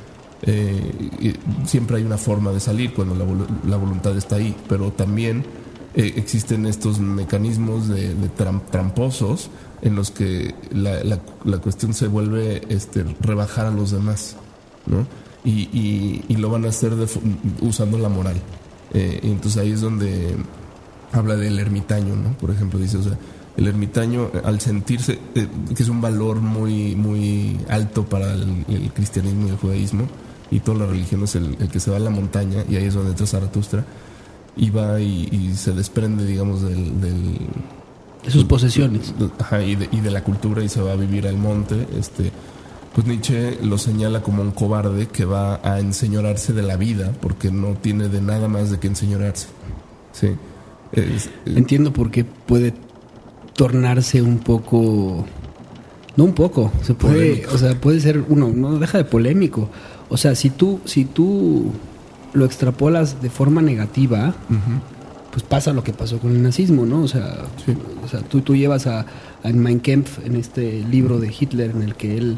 [SPEAKER 2] Siempre hay una forma de salir cuando la voluntad está ahí, pero también existen estos mecanismos de tramposos en los que la cuestión se vuelve rebajar a los demás, ¿no? Y lo van a hacer usando la moral. Entonces ahí es donde habla del ermitaño, ¿no? Por ejemplo, dice, o sea, el ermitaño, al sentirse que es un valor muy, muy alto para el cristianismo y el judaísmo y toda la religión, es el que se va a la montaña, y ahí es donde entra Zaratustra y va y se desprende, digamos, de
[SPEAKER 3] sus posesiones,
[SPEAKER 2] y de la cultura, y se va a vivir al monte. Pues Nietzsche lo señala como un cobarde que va a enseñorarse de la vida porque no tiene de nada más de qué enseñorarse. Sí.
[SPEAKER 3] Entiendo por qué puede tornarse un poco, no un poco, se puede, polémico. O sea, puede ser no deja de polémico. O sea, si tú lo extrapolas de forma negativa, pues pasa lo que pasó con el nazismo, ¿no? O sea, sí. O sea, tú llevas a Mein Kampf, en este libro de Hitler en el que él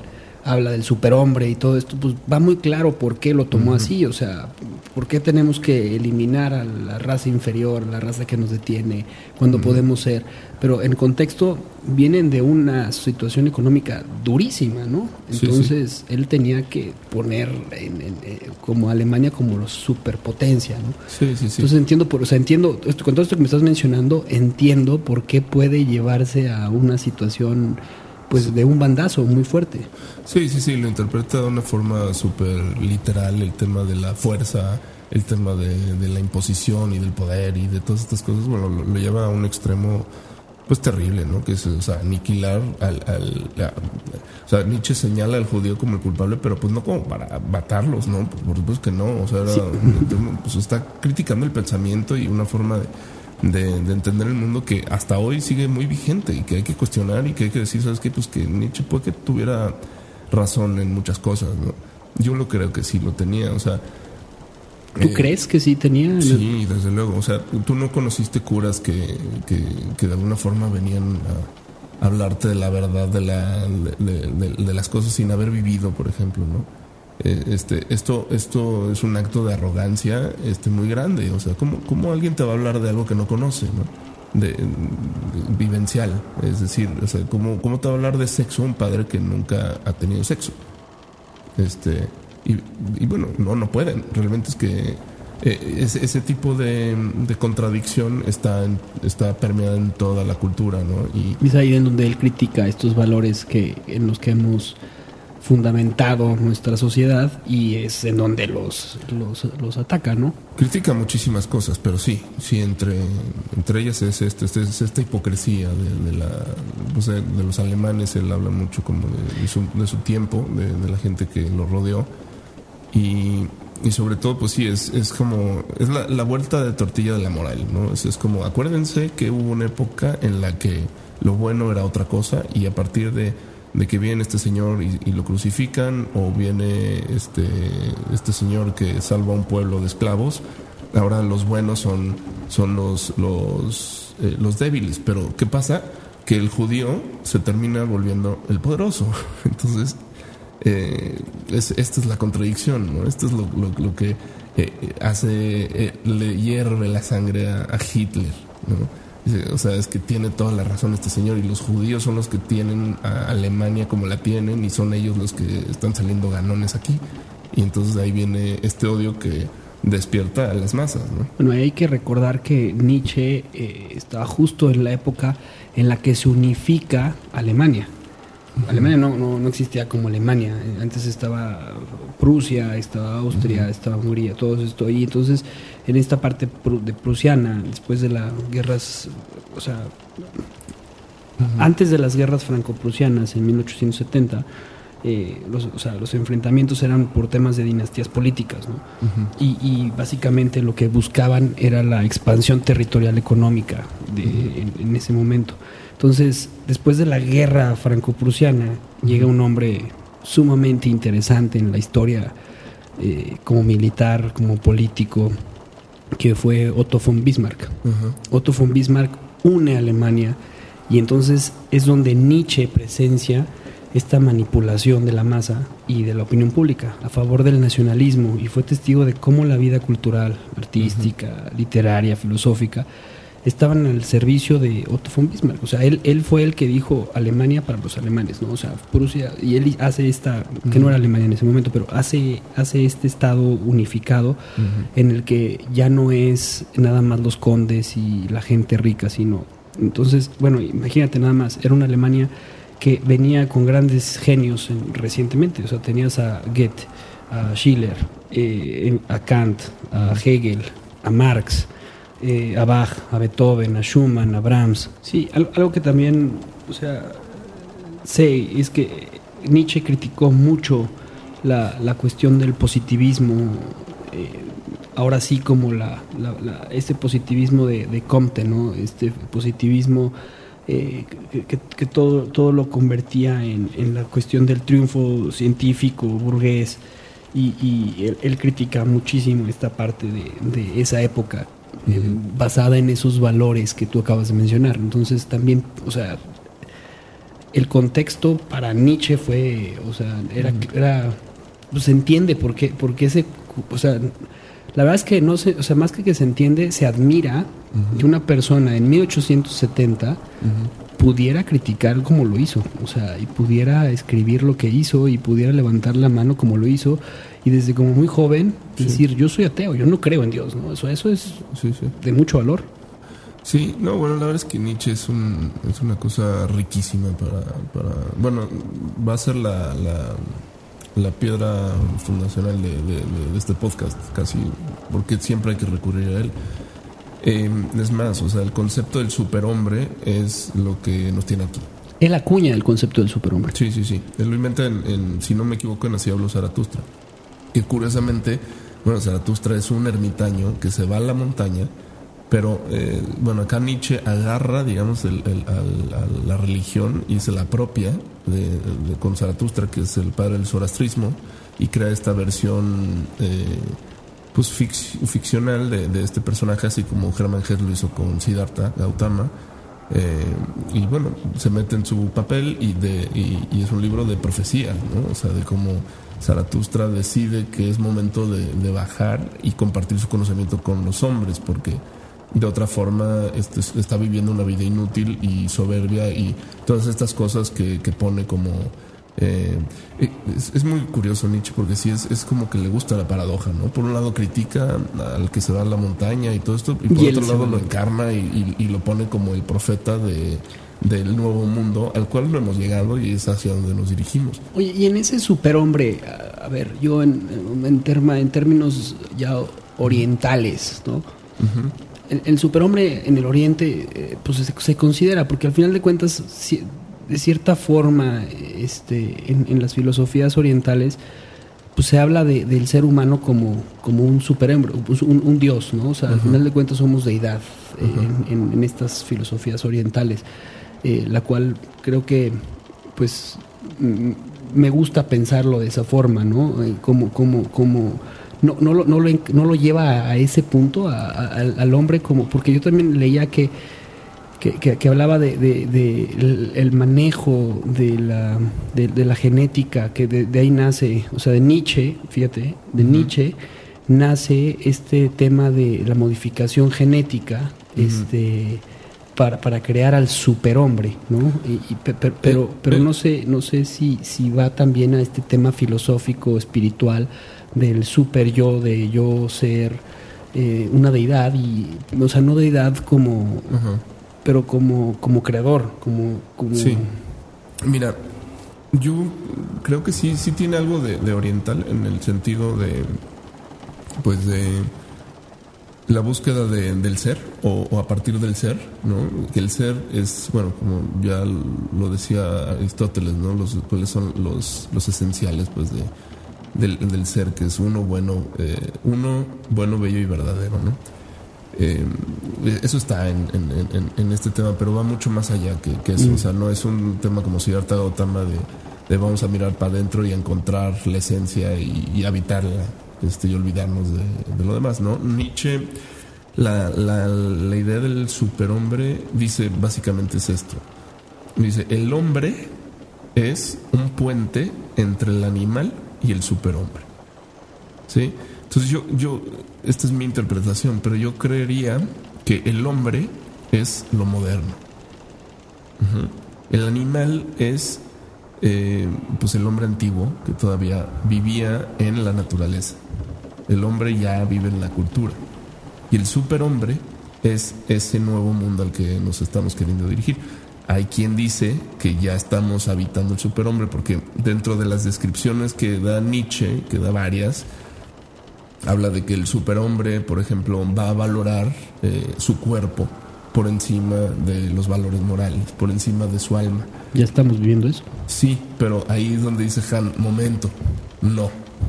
[SPEAKER 3] habla del superhombre y todo esto, pues va muy claro por qué lo tomó así, o sea, por qué tenemos que eliminar a la raza inferior, la raza que nos detiene, cuando podemos ser. Pero en contexto vienen de una situación económica durísima, ¿no? Entonces él tenía que poner como Alemania como la superpotencia, ¿no?
[SPEAKER 2] Sí.
[SPEAKER 3] Entonces entiendo, con todo esto que me estás mencionando, entiendo por qué puede llevarse a una situación pues de un bandazo muy fuerte.
[SPEAKER 2] Sí, lo interpreta de una forma súper literal, el tema de la fuerza, el tema de la imposición y del poder y de todas estas cosas, bueno, lo lleva a un extremo pues terrible, ¿no? Que es, o sea, aniquilar o sea, Nietzsche señala al judío como el culpable, pero pues no como para matarlos, ¿no? Por supuesto que no, o sea, pues está criticando el pensamiento y una forma de entender el mundo que hasta hoy sigue muy vigente y que hay que cuestionar y que hay que decir, ¿sabes qué? Pues que Nietzsche puede que tuviera razón en muchas cosas, ¿no? Yo lo creo que sí lo tenía, o sea...
[SPEAKER 3] ¿Tú crees que sí tenía?
[SPEAKER 2] Sí, desde luego, o sea, tú no conociste curas que de alguna forma venían a hablarte de la verdad de las cosas sin haber vivido, por ejemplo, ¿no? Esto es un acto de arrogancia muy grande, o sea, ¿cómo alguien te va a hablar de algo que no conoce, ¿no? De vivencial, es decir, o sea, ¿cómo te va a hablar de sexo un padre que nunca ha tenido sexo? Y bueno, no pueden, realmente es que ese tipo de contradicción está permeada en toda la cultura, ¿no? Y
[SPEAKER 3] es ahí en donde él critica estos valores en los que hemos fundamentado nuestra sociedad y es en donde los ataca, ¿no?
[SPEAKER 2] Critica muchísimas cosas, pero sí, entre ellas es esta hipocresía de los alemanes. Él habla mucho como de su tiempo, de la gente que lo rodeó y sobre todo pues sí, es como es la vuelta de tortilla de la moral, ¿no? Es como, acuérdense que hubo una época en la que lo bueno era otra cosa y a partir de que viene este señor y lo crucifican, o viene este señor que salva a un pueblo de esclavos, ahora los buenos son los débiles. Pero ¿qué pasa? Que el judío se termina volviendo el poderoso. Entonces esta es la contradicción, ¿no? Esto es lo que le hierve la sangre a Hitler, ¿no? O sea, es que tiene toda la razón este señor y los judíos son los que tienen a Alemania como la tienen y son ellos los que están saliendo ganones aquí. Y entonces ahí viene este odio que despierta a las masas, ¿no?
[SPEAKER 3] Bueno, hay que recordar que Nietzsche estaba justo en la época en la que se unifica Alemania. Alemania no existía como Alemania. Antes estaba Prusia, estaba Austria, estaba Hungría, todo esto. Y entonces, en esta parte de prusiana, después de las guerras, o sea, antes de las guerras franco-prusianas en 1870, los enfrentamientos eran por temas de dinastías políticas, ¿no? Y básicamente lo que buscaban era la expansión territorial económica en ese momento. Entonces, después de la guerra franco-prusiana, llega un hombre sumamente interesante en la historia, como militar, como político, que fue Otto von Bismarck. Otto von Bismarck une a Alemania y entonces es donde Nietzsche presencia esta manipulación de la masa y de la opinión pública a favor del nacionalismo, y fue testigo de cómo la vida cultural, artística, literaria, filosófica estaban al servicio de Otto von Bismarck. O sea, él fue el que dijo Alemania para los alemanes, ¿no? O sea, Prusia, y él hace que no era Alemania en ese momento, pero hace este estado unificado en el que ya no es nada más los condes y la gente rica, sino... Entonces, bueno, imagínate nada más, era una Alemania que venía con grandes genios recientemente. O sea, tenías a Goethe, a Schiller, a Kant, a Hegel, a Marx, a Bach, a Beethoven, a Schumann, a Brahms. Sí, algo que también, o sea, sé, es que Nietzsche criticó mucho la cuestión del positivismo, ahora sí como este positivismo de Comte, ¿no? Este positivismo que todo lo convertía en la cuestión del triunfo científico, burgués, y él critica muchísimo esta parte de esa época, basada en esos valores que tú acabas de mencionar. Entonces también, o sea, el contexto para Nietzsche fue, o sea, era pues se entiende por qué se, o sea, la verdad es que no se, o sea, más que se entiende, se admira que una persona en 1870 pudiera criticar como lo hizo, o sea, y pudiera escribir lo que hizo y pudiera levantar la mano como lo hizo, y desde como muy joven decir, yo soy ateo, yo no creo en Dios, ¿no? Eso es de mucho valor.
[SPEAKER 2] Sí, no, bueno, la verdad es que Nietzsche es una cosa riquísima para bueno, va a ser la piedra fundacional de este podcast, casi, porque siempre hay que recurrir a él. Es más, o sea, el concepto del superhombre es lo que nos tiene aquí.
[SPEAKER 3] Él acuña el concepto del superhombre.
[SPEAKER 2] Sí. Él lo inventa si no me equivoco, en Así habló Zaratustra. Que curiosamente, bueno, Zaratustra es un ermitaño que se va a la montaña, pero, bueno, acá Nietzsche agarra, digamos, la religión y se la apropia con Zaratustra, que es el padre del zoroastrismo, y crea esta versión pues ficcional de este personaje, así como Hermann Hesse lo hizo con Siddhartha Gautama. Y bueno, se mete en su papel y es un libro de profecía, ¿no? O sea, de cómo Zaratustra decide que es momento de bajar y compartir su conocimiento con los hombres, porque de otra forma está viviendo una vida inútil y soberbia y todas estas cosas que pone como... es muy curioso Nietzsche, porque sí es como que le gusta la paradoja, ¿no? Por un lado critica al que se va a la montaña y todo esto, y por otro lado lo encarna y lo pone como el profeta del nuevo mundo al cual no hemos llegado y es hacia donde nos dirigimos.
[SPEAKER 3] Oye, y en ese superhombre, a ver, yo en términos ya orientales, ¿no? El superhombre en el Oriente pues se considera, porque al final de cuentas de cierta forma en las filosofías orientales pues se habla del ser humano como un superhombre, un dios, ¿no? O sea, al final de cuentas somos deidad en estas filosofías orientales, la cual creo que pues me gusta pensarlo de esa forma, ¿no? Como no lo lleva a ese punto al hombre, como porque yo también leía que hablaba de el manejo de la genética, que de ahí nace, o sea, de Nietzsche, fíjate, de Nietzsche nace este tema de la modificación genética, para crear al superhombre, ¿no? Pero no sé si va también a este tema filosófico, espiritual, del super yo, de yo ser una deidad, y o sea, no deidad como pero como creador, como
[SPEAKER 2] sí. Mira, yo creo que sí tiene algo de oriental, en el sentido de pues de la búsqueda del ser o a partir del ser, ¿no? Que el ser es, bueno, como ya lo decía Aristóteles, ¿no? ¿Cuáles son los esenciales, pues, del ser, que es uno bueno, bello y verdadero, ¿no? Eso está en este tema, pero va mucho más allá que eso. O sea, no es un tema como Siddhartha Gautama de vamos a mirar para adentro y encontrar la esencia y habitarla, y olvidarnos de lo demás, ¿no? Nietzsche, la idea del superhombre, dice, básicamente es esto. Dice, el hombre es un puente entre el animal y el superhombre, ¿sí? Entonces yo esta es mi interpretación, pero yo creería que el hombre es lo moderno. El animal es pues el hombre antiguo, que todavía vivía en la naturaleza. El hombre ya vive en la cultura. Y el superhombre es ese nuevo mundo al que nos estamos queriendo dirigir. Hay quien dice que ya estamos habitando el superhombre, porque dentro de las descripciones que da Nietzsche, que da varias, habla de que el superhombre, por ejemplo, va a valorar su cuerpo por encima de los valores morales, por encima de su alma.
[SPEAKER 3] ¿Ya estamos viviendo eso?
[SPEAKER 2] Sí, pero ahí es donde dice Han, momento, no.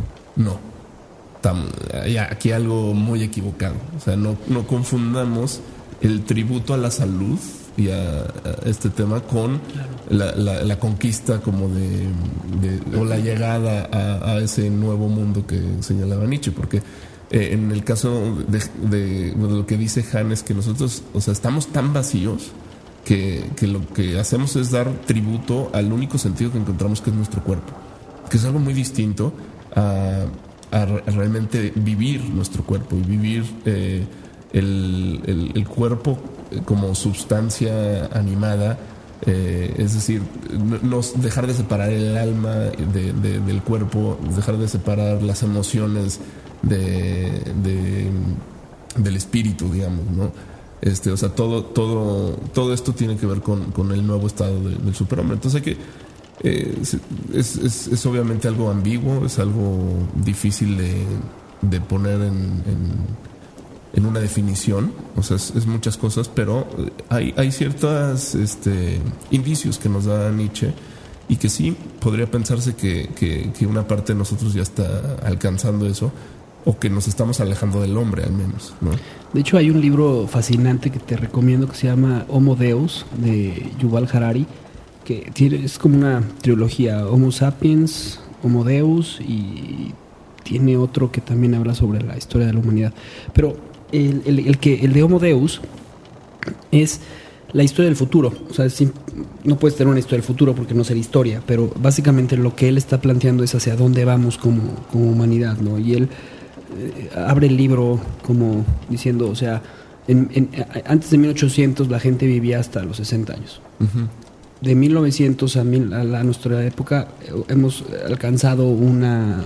[SPEAKER 2] Hay aquí algo muy equivocado. O sea, no confundamos el tributo a la salud y a este tema con la conquista como o la llegada a ese nuevo mundo que señalaba Nietzsche, porque en el caso de lo que dice Han es que nosotros, o sea, estamos tan vacíos que lo que hacemos es dar tributo al único sentido que encontramos, que es nuestro cuerpo, que es algo muy distinto a realmente vivir nuestro cuerpo y vivir el cuerpo como sustancia animada, es decir, no dejar de separar el alma del cuerpo, dejar de separar las emociones del espíritu, digamos, ¿no? O sea, todo esto tiene que ver con el nuevo estado del superhombre. Entonces hay que es obviamente algo ambiguo, es algo difícil de poner en una definición, o sea, es muchas cosas, pero hay ciertos indicios que nos da Nietzsche, y que sí podría pensarse que una parte de nosotros ya está alcanzando eso, o que nos estamos alejando del hombre, al menos, ¿no?
[SPEAKER 3] De hecho, hay un libro fascinante que te recomiendo que se llama Homo Deus, de Yuval Harari, que es como una trilogía: Homo Sapiens, Homo Deus, y tiene otro que también habla sobre la historia de la humanidad. Pero el de Homo Deus es la historia del futuro. O sea, no puedes tener una historia del futuro porque no será historia, pero básicamente lo que él está planteando es hacia dónde vamos como humanidad, ¿no? Y él abre el libro como diciendo, o sea, antes de 1800 la gente vivía hasta los 60 años.
[SPEAKER 2] Uh-huh.
[SPEAKER 3] De 1900 a nuestra época hemos alcanzado una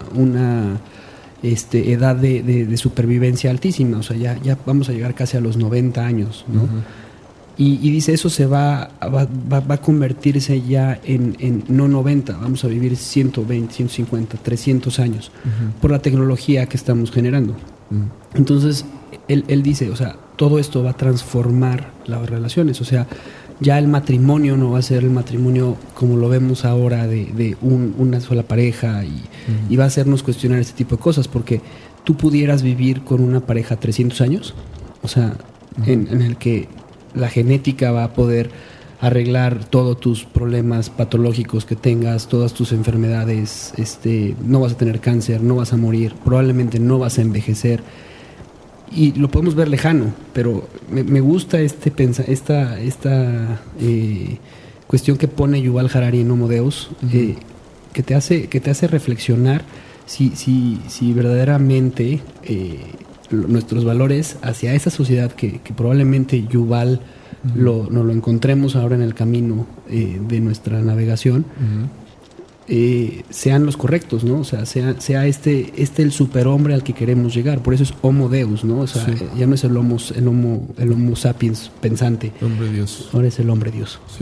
[SPEAKER 3] edad de supervivencia altísima. O sea, ya vamos a llegar casi a los 90 años, ¿no? Uh-huh. Y dice, eso se va a convertirse ya en no 90, vamos a vivir 120, 150, 300 años, uh-huh, por la tecnología que estamos generando. Uh-huh. Entonces, él dice, o sea, todo esto va a transformar las relaciones. O sea, ya el matrimonio no va a ser el matrimonio como lo vemos ahora de una sola pareja, uh-huh, y va a hacernos cuestionar este tipo de cosas, porque tú pudieras vivir con una pareja 300 años, o sea, uh-huh, en el que la genética va a poder arreglar todos tus problemas patológicos que tengas, todas tus enfermedades, no vas a tener cáncer, no vas a morir, probablemente no vas a envejecer, y lo podemos ver lejano, pero me gusta esta cuestión que pone Yuval Harari en Homo Deus, uh-huh, que te hace reflexionar si verdaderamente nuestros valores hacia esa sociedad que probablemente Yuval, uh-huh, nos lo encontremos ahora en el camino de nuestra navegación, uh-huh, sean los correctos, ¿no? O sea, sea el superhombre al que queremos llegar. Por eso es Homo Deus, ¿no? O sea, sí, ya no es el homo sapiens pensante.
[SPEAKER 2] Hombre Dios.
[SPEAKER 3] Ahora es el hombre Dios.
[SPEAKER 2] Sí.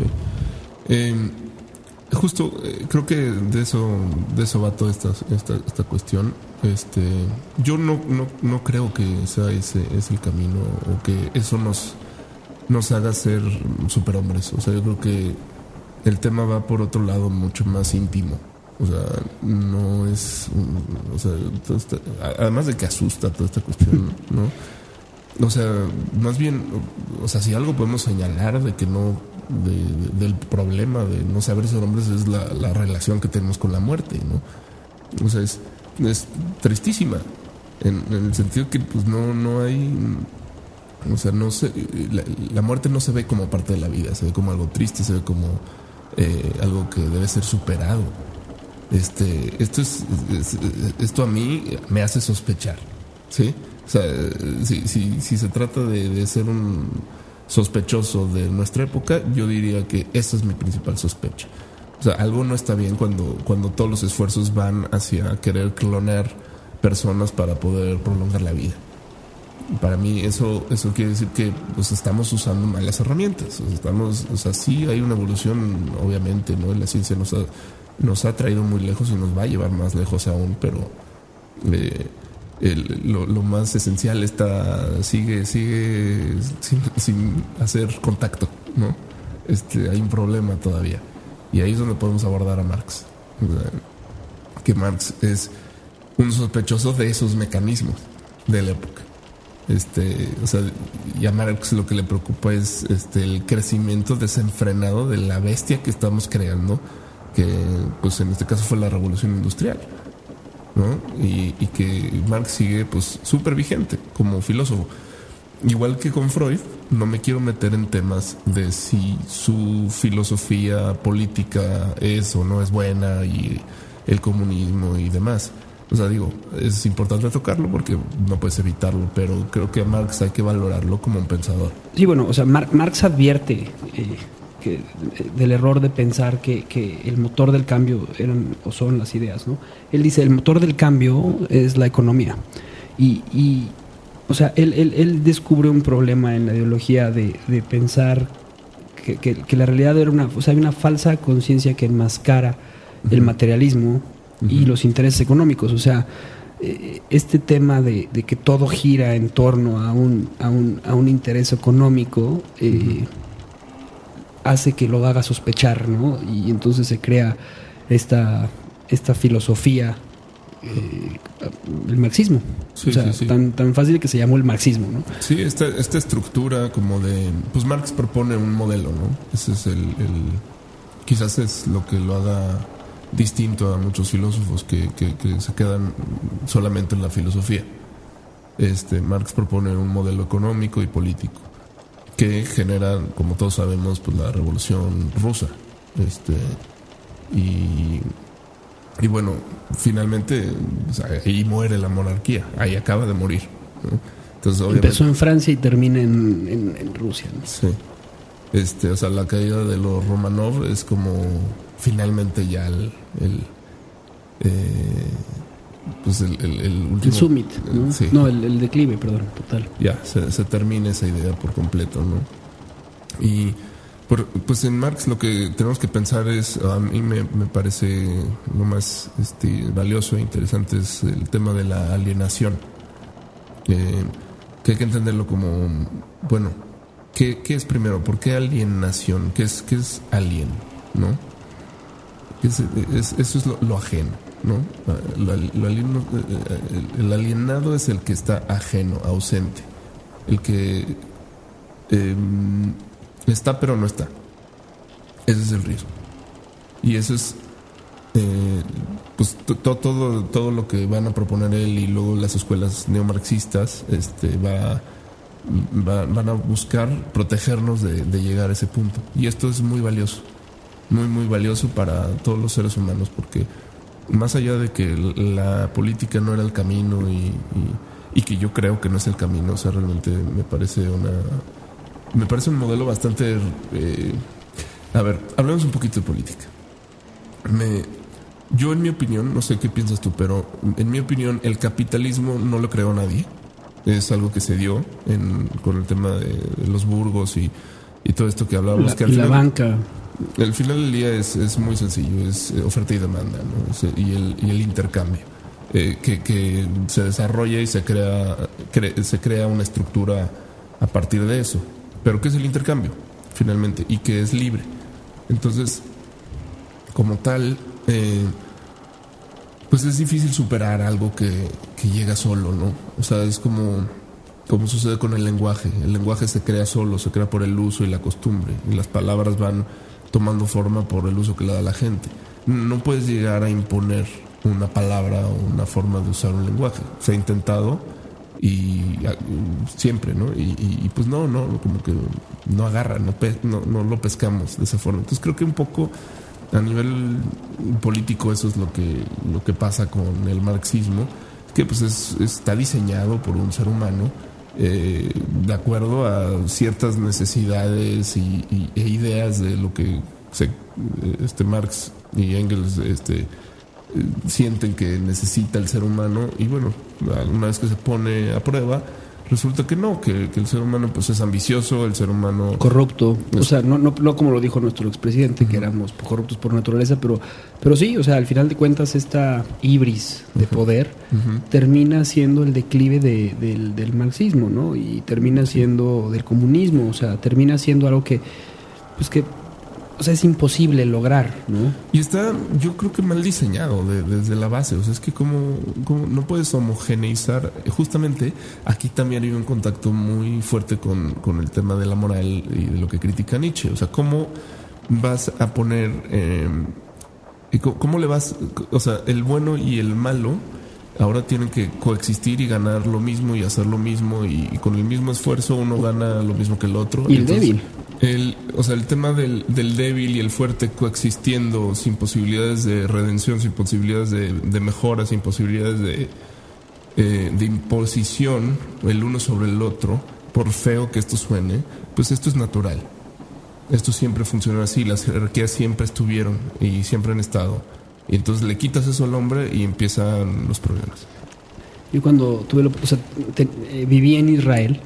[SPEAKER 2] Justo, creo que de eso va toda esta cuestión. Yo no creo que sea ese el camino, o que eso nos haga ser superhombres. O sea, yo creo que el tema va por otro lado, mucho más íntimo. O sea, no es, o sea, además de que asusta toda esta cuestión, ¿no? O sea, más bien, o sea, si algo podemos señalar de que no, del problema de no saber ser hombres, es la relación que tenemos con la muerte, ¿no? O sea, es tristísima, en el sentido que pues no hay, o sea, no se, la muerte no se ve como parte de la vida, se ve como algo triste, se ve como algo que debe ser superado. Esto a mí me hace sospechar, ¿sí? O sea, si se trata de ser un sospechoso de nuestra época, yo diría que esa es mi principal sospecha. O sea, algo no está bien cuando todos los esfuerzos van hacia querer clonar personas para poder prolongar la vida. Para mí eso quiere decir que pues estamos usando malas herramientas. O sea, sí hay una evolución, obviamente, ¿no? La ciencia nos ha traído muy lejos y nos va a llevar más lejos aún, pero lo más esencial sigue sin hacer contacto, ¿no? Hay un problema todavía, y ahí es donde podemos abordar a Marx. O sea, que Marx es un sospechoso de esos mecanismos de la época. O sea, y a Marx lo que le preocupa es el crecimiento desenfrenado de la bestia que estamos creando, que pues en este caso fue la revolución industrial, ¿no? Y que Marx sigue pues súper vigente como filósofo. igual que con Freud, no me quiero meter en temas de si su filosofía política es o no es buena y el comunismo y demás. O sea, digo, es importante tocarlo porque no puedes evitarlo, pero creo que a Marx hay que valorarlo como un pensador.
[SPEAKER 3] Sí, bueno, o sea, Marx advierte del error de pensar que el motor del cambio eran o son las ideas, ¿no? Él dice, el motor del cambio es la economía. Y o sea, él descubre un problema en la ideología de pensar que la realidad era hay una falsa conciencia que enmascara el materialismo y los intereses económicos. O sea, este tema de que todo gira en torno a un interés económico hace que lo haga sospechar, ¿no? Y entonces se crea esta filosofía, el marxismo.
[SPEAKER 2] Sí,
[SPEAKER 3] o sea,
[SPEAKER 2] sí.
[SPEAKER 3] Tan fácil que se llamó el marxismo, ¿no?
[SPEAKER 2] Sí, esta estructura como de... Pues Marx propone un modelo, ¿no? Ese es quizás es lo que lo haga distinto a muchos filósofos que se quedan solamente en la filosofía. Marx propone un modelo económico y político que genera, como todos sabemos, pues la Revolución Rusa. Y bueno, finalmente, o sea, ahí muere la monarquía, ahí acaba de morir, ¿no? Entonces, obviamente, empezó
[SPEAKER 3] en Francia y termina en Rusia, ¿no?
[SPEAKER 2] Sí. O sea, la caída de los Romanov es como finalmente ya el último,
[SPEAKER 3] el summit, ¿no?
[SPEAKER 2] Sí.
[SPEAKER 3] No, el declive, perdón, total.
[SPEAKER 2] Ya, se termina esa idea por completo, ¿no? Y pues en Marx lo que tenemos que pensar es, a mí me parece lo más valioso e interesante, es el tema de la alienación, que hay que entenderlo como, bueno, ¿qué es primero? ¿Por qué alienación? ¿Qué es alien? ¿No? Eso es lo ajeno, ¿no? El alienado es el que está ajeno, ausente, el que está pero no está. Ese es el riesgo. Y eso es pues todo lo que van a proponer él y luego las escuelas neomarxistas van a buscar protegernos de llegar a ese punto. Y esto es muy valioso, muy muy valioso para todos los seres humanos, porque más allá de que la política no era el camino y que yo creo que no es el camino, o sea, realmente me parece un modelo bastante... a ver, hablemos un poquito de política. Yo, en mi opinión, no sé qué piensas tú, pero en mi opinión el capitalismo no lo creó nadie. Es algo que se dio con el tema de los burgos y todo esto que hablábamos.
[SPEAKER 3] La banca.
[SPEAKER 2] Al final del día es muy sencillo, es oferta y demanda, ¿no? Y el intercambio. Que se desarrolla y se crea una estructura a partir de eso. Pero ¿qué es el intercambio? Finalmente, y que es libre. Entonces, como tal, pues es difícil superar algo que llega solo, ¿no? O sea, es como sucede con el lenguaje. El lenguaje se crea solo, se crea por el uso y la costumbre. Y las palabras van tomando forma por el uso que le da la gente. No puedes llegar a imponer una palabra o una forma de usar un lenguaje. Se ha intentado y siempre, ¿no? Y pues no, como que no agarra, no lo pescamos de esa forma. Entonces creo que un poco a nivel político eso es lo que pasa con el marxismo, que pues está diseñado por un ser humano de acuerdo a ciertas necesidades e ideas de lo que Marx y Engels sienten que necesita el ser humano. Y bueno, una vez que se pone a prueba, resulta que no, que el ser humano pues es ambicioso, el ser humano
[SPEAKER 3] corrupto, o sea, no como lo dijo nuestro expresidente, que éramos corruptos por naturaleza, pero sí, o sea, al final de cuentas esta hibris de poder termina siendo el declive del marxismo, ¿no? Y termina siendo del comunismo, o sea, termina siendo algo que o sea, es imposible lograr, ¿no? Y
[SPEAKER 2] está, yo creo que mal diseñado desde la base. O sea, es que como no puedes homogeneizar. Justamente aquí también hay un contacto muy fuerte con el tema de la moral y de lo que critica Nietzsche. O sea, ¿cómo vas a poner... ¿cómo le vas...? O sea, el bueno y el malo ahora tienen que coexistir y ganar lo mismo y hacer lo mismo, y con el mismo esfuerzo uno gana lo mismo que el otro.
[SPEAKER 3] Y el débil.
[SPEAKER 2] El tema del débil y el fuerte coexistiendo sin posibilidades de redención, sin posibilidades de mejora, sin posibilidades de imposición el uno sobre el otro, por feo que esto suene, pues esto es natural. Esto siempre funcionó así, las jerarquías siempre estuvieron y siempre han estado. Y entonces le quitas eso al hombre y empiezan los problemas.
[SPEAKER 3] Yo cuando viví en Israel,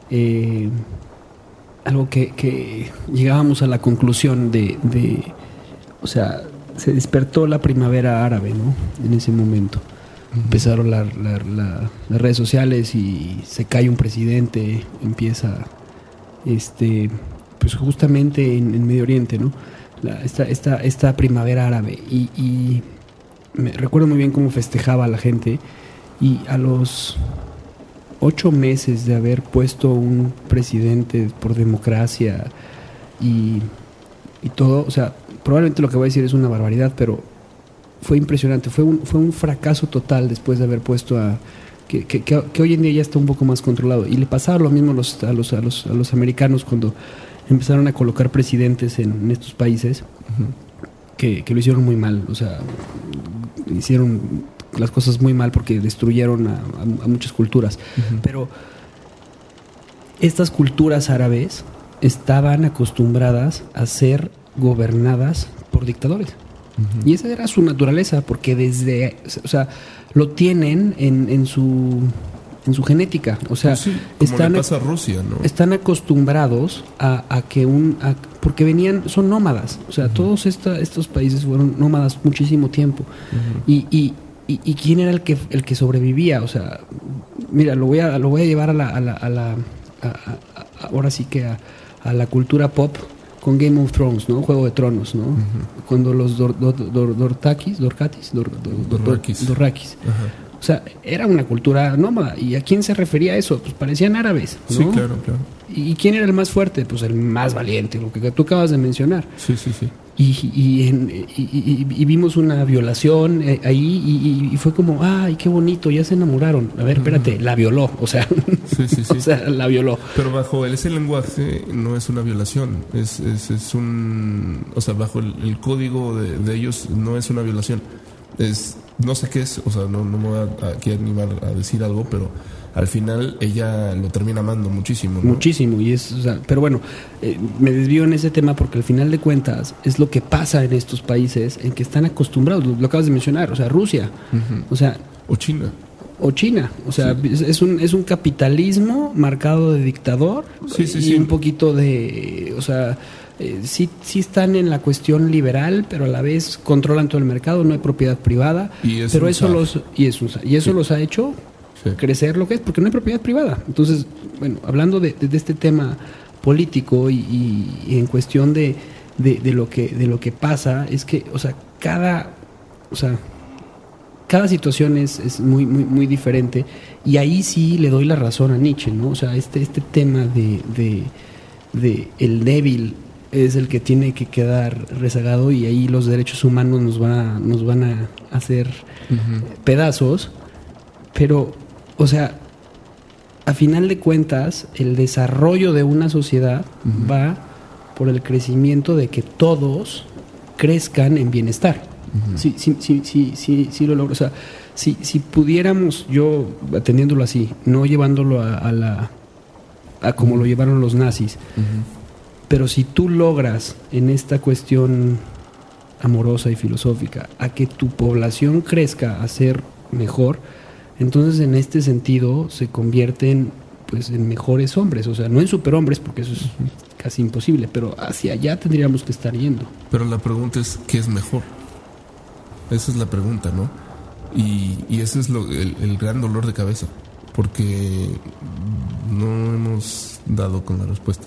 [SPEAKER 3] algo que llegábamos a la conclusión o sea, se despertó la primavera árabe, ¿no? En ese momento. Empezaron las redes sociales y se cae un presidente, empieza pues justamente en Medio Oriente, ¿no? Esta primavera árabe, y me recuerdo muy bien cómo festejaba la gente, y a los 8 meses de haber puesto un presidente por democracia y todo, o sea, probablemente lo que voy a decir es una barbaridad, pero fue impresionante, fue un fracaso total después de haber puesto que hoy en día ya está un poco más controlado, y le pasaba lo mismo a los americanos cuando empezaron a colocar presidentes en estos países, que lo hicieron muy mal, o sea, hicieron las cosas muy mal porque destruyeron a muchas culturas. Pero estas culturas árabes estaban acostumbradas a ser gobernadas por dictadores. Y esa era su naturaleza, porque lo tienen en su genética, o sea,
[SPEAKER 2] pues sí, como le pasa a Rusia, ¿no?
[SPEAKER 3] Están acostumbrados a que porque son nómadas, o sea, todos estos países fueron nómadas muchísimo tiempo. Y quién era el que sobrevivía, o sea, mira, lo voy a llevar ahora sí que a la cultura pop, con Game of Thrones, ¿no? Juego de Tronos, ¿no? Cuando los Dorrakis. O sea, era una cultura nómada. ¿Y a quién se refería eso? Pues parecían árabes, ¿no?
[SPEAKER 2] Sí, claro.
[SPEAKER 3] ¿Y quién era el más fuerte? Pues el más valiente, lo que tú acabas de mencionar.
[SPEAKER 2] Sí.
[SPEAKER 3] Y vimos una violación ahí, y fue como, ay, qué bonito, ya se enamoraron. A ver, espérate, la violó, o sea,
[SPEAKER 2] sí.
[SPEAKER 3] o sea, la violó.
[SPEAKER 2] Pero bajo ese lenguaje no es una violación, es un, o sea, bajo el código de ellos no es una violación, no sé qué es, o sea, no me voy aquí a animar a decir algo, pero al final ella lo termina amando muchísimo, ¿no? Muchísimo,
[SPEAKER 3] pero bueno, me desvío en ese tema porque al final de cuentas es lo que pasa en estos países en que están acostumbrados, lo acabas de mencionar, o sea, Rusia, o sea,
[SPEAKER 2] o China,
[SPEAKER 3] o sea, sí. es un capitalismo marcado de dictador, y un poquito de, o sea, sí están en la cuestión liberal, pero a la vez controlan todo el mercado, no hay propiedad privada, pero eso los ha hecho crecer lo que es, porque no hay propiedad privada. Entonces, bueno, hablando de este tema político y en cuestión de lo que pasa, es que, o sea, cada situación es muy, muy, muy diferente, y ahí sí le doy la razón a Nietzsche, ¿no? O sea, este tema de el débil es el que tiene que quedar rezagado, y ahí los derechos humanos nos van a hacer pedazos, pero, o sea, a final de cuentas, el desarrollo de una sociedad va por el crecimiento de que todos crezcan en bienestar. Sí lo logro. O sea, si pudiéramos, yo atendiéndolo así, no llevándolo a como lo llevaron los nazis, pero si tú logras en esta cuestión amorosa y filosófica a que tu población crezca a ser mejor, entonces en este sentido se convierten pues en mejores hombres, o sea, no en superhombres, porque eso es casi imposible, pero hacia allá tendríamos que estar yendo.
[SPEAKER 2] Pero la pregunta es, ¿qué es mejor? Esa es la pregunta, ¿no? Y ese es el gran dolor de cabeza, porque no hemos dado con la respuesta.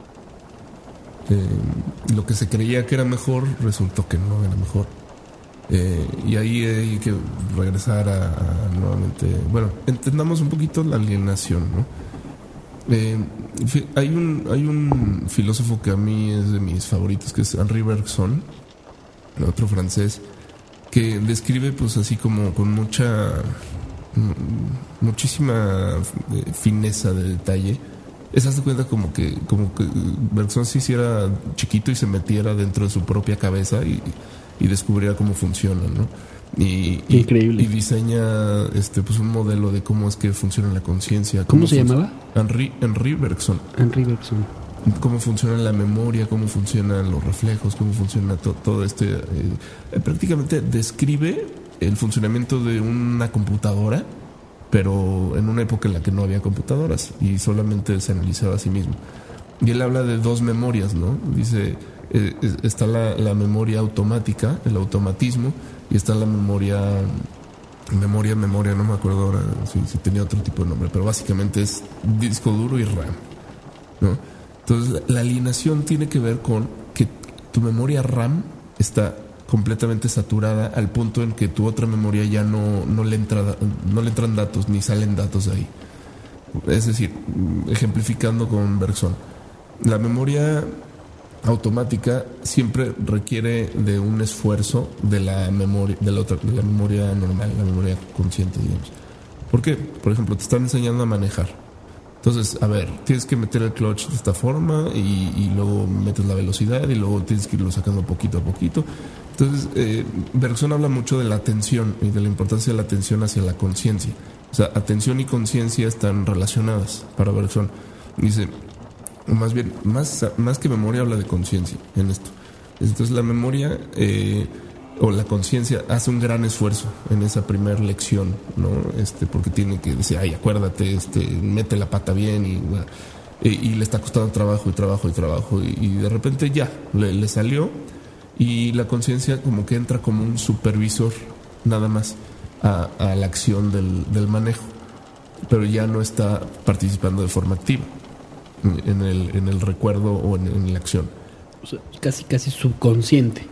[SPEAKER 2] Lo que se creía que era mejor resultó que no era mejor. Y ahí hay que regresar a nuevamente, bueno, entendamos un poquito la alienación, ¿no? Hay un filósofo que a mí es de mis favoritos, que es Henri Bergson, otro francés, que describe pues así como con mucha muchísima fineza de detalle. Haz de cuenta como que Bergson se hiciera chiquito y se metiera dentro de su propia cabeza y descubriera cómo funciona, ¿no?
[SPEAKER 3] Increíble.
[SPEAKER 2] Y diseña pues un modelo de cómo es que funciona la conciencia.
[SPEAKER 3] ¿Cómo se llamaba?
[SPEAKER 2] Henri Bergson.
[SPEAKER 3] Henri Bergson.
[SPEAKER 2] Cómo funciona la memoria, cómo funcionan los reflejos, cómo funciona todo prácticamente describe el funcionamiento de una computadora, pero en una época en la que no había computadoras y solamente se analizaba a sí mismo. Y él habla de dos memorias, ¿no? Dice, está la memoria automática, el automatismo, y está la memoria, no me acuerdo ahora si tenía otro tipo de nombre, pero básicamente es disco duro y RAM, ¿no? Entonces, la alineación tiene que ver con que tu memoria RAM está completamente saturada al punto en que tu otra memoria ya no le entran datos ni salen datos de ahí. Es decir, ejemplificando con Bergson, la memoria automática siempre requiere de un esfuerzo de la memoria de la memoria normal, la memoria consciente, digamos. ¿Por qué? Por ejemplo, te están enseñando a manejar. Entonces, a ver, tienes que meter el clutch de esta forma y luego metes la velocidad y luego tienes que irlo sacando poquito a poquito. Entonces, Bergson habla mucho de la atención y de la importancia de la atención hacia la conciencia. O sea, atención y conciencia están relacionadas para Bergson. Dice, más bien, más que memoria, habla de conciencia en esto. Entonces, la memoria o la conciencia hace un gran esfuerzo en esa primera lección, ¿no? Porque tiene que decir, ay, acuérdate, mete la pata bien y le está costando trabajo y de repente ya le salió y la conciencia como que entra como un supervisor nada más a la acción del manejo, pero ya no está participando de forma activa en el recuerdo o en la acción.
[SPEAKER 3] O sea, casi subconsciente.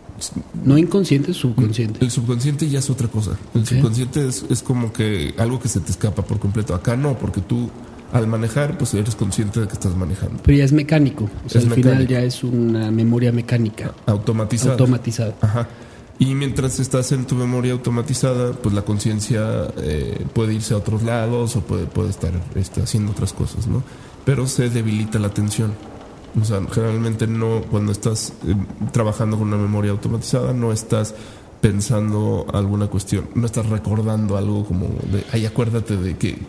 [SPEAKER 3] No inconsciente, subconsciente.
[SPEAKER 2] El subconsciente ya es otra cosa. El subconsciente es como que algo que se te escapa por completo. Acá no, porque tú al manejar, pues eres consciente de que estás manejando.
[SPEAKER 3] Pero ya es mecánico. O sea,
[SPEAKER 2] al
[SPEAKER 3] final ya es una memoria mecánica.
[SPEAKER 2] Automatizada. Ajá. Y mientras estás en tu memoria automatizada, pues la conciencia puede irse a otros lados o puede estar haciendo otras cosas, ¿no? Pero se debilita la atención. O sea, generalmente no, cuando estás trabajando con una memoria automatizada, no estás pensando alguna cuestión, no estás recordando algo como de, ay, acuérdate de que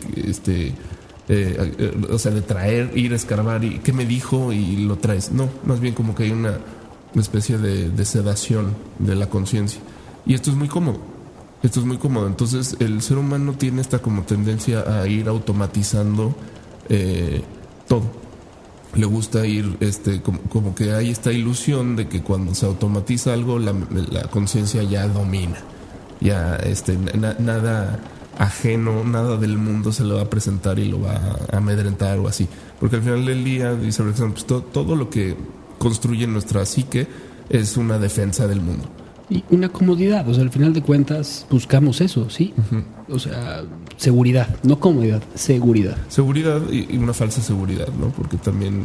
[SPEAKER 2] o sea, de traer, ir a escarbar y qué me dijo y lo traes. No, más bien como que hay una especie de sedación de la conciencia. Y esto es muy cómodo. Entonces, el ser humano tiene esta como tendencia a ir automatizando todo. Le gusta ir, como que hay esta ilusión de que cuando se automatiza algo, la conciencia ya domina. Ya, nada ajeno, nada del mundo se le va a presentar y lo va a amedrentar o así. Porque al final del día, dice Bergson, pues todo lo que construye nuestra psique es una defensa del mundo.
[SPEAKER 3] Y una comodidad, o sea, al final de cuentas buscamos eso, ¿sí? Uh-huh. O sea, seguridad, no comodidad, seguridad.
[SPEAKER 2] Seguridad y una falsa seguridad, ¿no? Porque también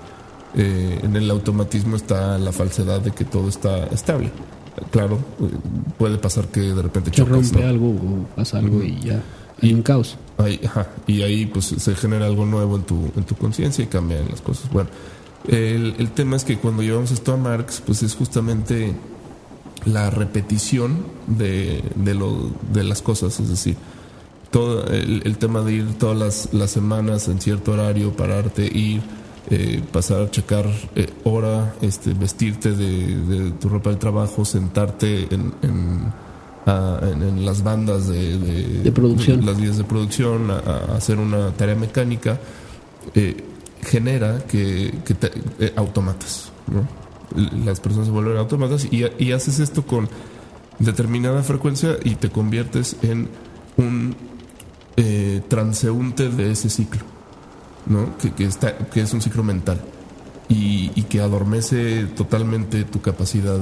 [SPEAKER 2] en el automatismo está la falsedad de que todo está estable. Claro, puede pasar que de repente
[SPEAKER 3] chocas, rompe, ¿no? Algo o pasa algo y ya hay un caos.
[SPEAKER 2] Y ahí pues se genera algo nuevo en tu conciencia y cambian las cosas. Bueno, el tema es que cuando llevamos esto a Marx, pues es justamente la repetición de las cosas, es decir, todo el tema de ir todas las semanas en cierto horario, pararte, ir, pasar a checar hora, vestirte de tu ropa del trabajo, sentarte en las bandas de
[SPEAKER 3] producción,
[SPEAKER 2] las vías de producción, a hacer una tarea mecánica, genera que te automatas, ¿no? Las personas se vuelven autómatas y haces esto con determinada frecuencia y te conviertes en un transeúnte de ese ciclo, ¿no? Que es un ciclo mental y que adormece totalmente tu capacidad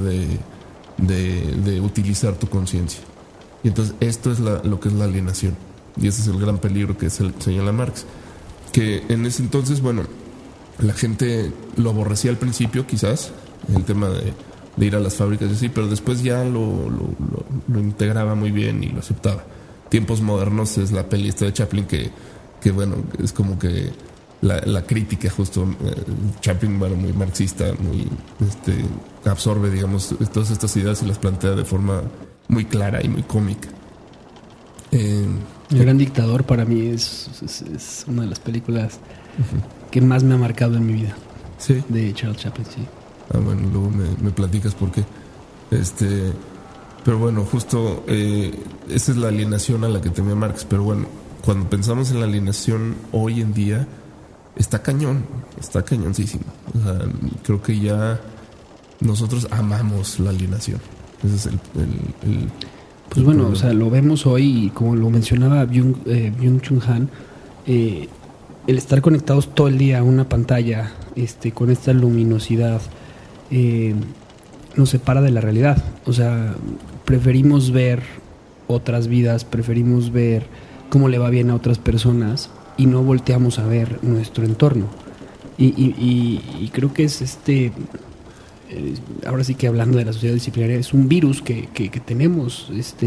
[SPEAKER 2] de utilizar tu conciencia. Y entonces esto es lo que es la alienación, y ese es el gran peligro que señala Marx, que en ese entonces, bueno, la gente lo aborrecía al principio, quizás el tema de ir a las fábricas y así, pero después ya lo integraba muy bien y lo aceptaba. tiempos modernos es la peli esta de Chaplin que bueno, es como que la crítica justo. Chaplin, bueno, muy marxista, muy absorbe, digamos, todas estas ideas y las plantea de forma muy clara y muy cómica.
[SPEAKER 3] El Gran Dictador para mí es una de las películas que más me ha marcado en mi vida.
[SPEAKER 2] Sí.
[SPEAKER 3] De Charles Chaplin, sí.
[SPEAKER 2] Bueno, luego me platicas por qué. Pero bueno, justo esa es la alienación a la que temía Marx. Pero bueno, cuando pensamos en la alienación hoy en día, está cañoncísimo. O sea, creo que ya nosotros amamos la alienación. Ese es el
[SPEAKER 3] pues bueno, o sea, lo vemos hoy y como lo mencionaba Byung-Chul Han, el estar conectados todo el día a una pantalla con esta luminosidad nos separa de la realidad. O sea, preferimos ver otras vidas, preferimos ver cómo le va bien a otras personas y no volteamos a ver nuestro entorno. Y creo que es ahora sí que hablando de la sociedad disciplinaria, es un virus que tenemos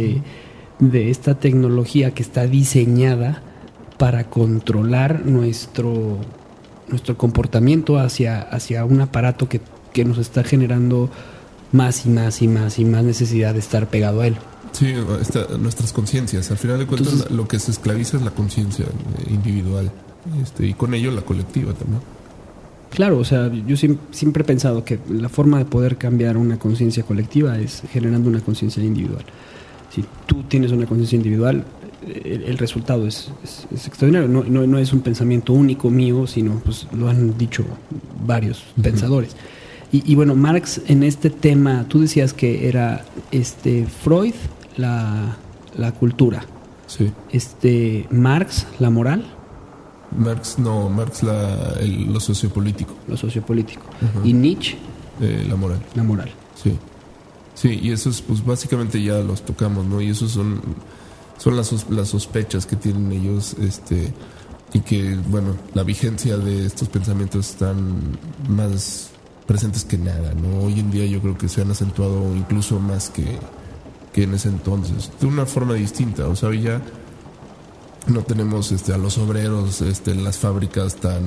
[SPEAKER 3] de esta tecnología que está diseñada para controlar nuestro comportamiento hacia un aparato que nos está generando más y más y más y más necesidad de estar pegado a él.
[SPEAKER 2] Sí, nuestras conciencias. Al final de cuentas, entonces, lo que se esclaviza es la conciencia individual y con ello la colectiva también.
[SPEAKER 3] Claro, o sea, yo siempre he pensado que la forma de poder cambiar una conciencia colectiva es generando una conciencia individual. Si tú tienes una conciencia individual, el resultado es extraordinario. No es un pensamiento único mío, sino pues lo han dicho varios pensadores. Y bueno, Marx en este tema, tú decías que era Freud la cultura.
[SPEAKER 2] Sí.
[SPEAKER 3] Marx la moral.
[SPEAKER 2] Marx lo sociopolítico.
[SPEAKER 3] Lo sociopolítico. Y Nietzsche
[SPEAKER 2] la moral.
[SPEAKER 3] La moral.
[SPEAKER 2] Sí, y esos pues básicamente ya los tocamos, ¿no? Y esos son las sospechas que tienen ellos, y que, bueno, la vigencia de estos pensamientos están más presentes que nada, ¿no? Hoy en día yo creo que se han acentuado incluso más que en ese entonces, de una forma distinta. O sea, hoy ya no tenemos a los obreros en las fábricas tan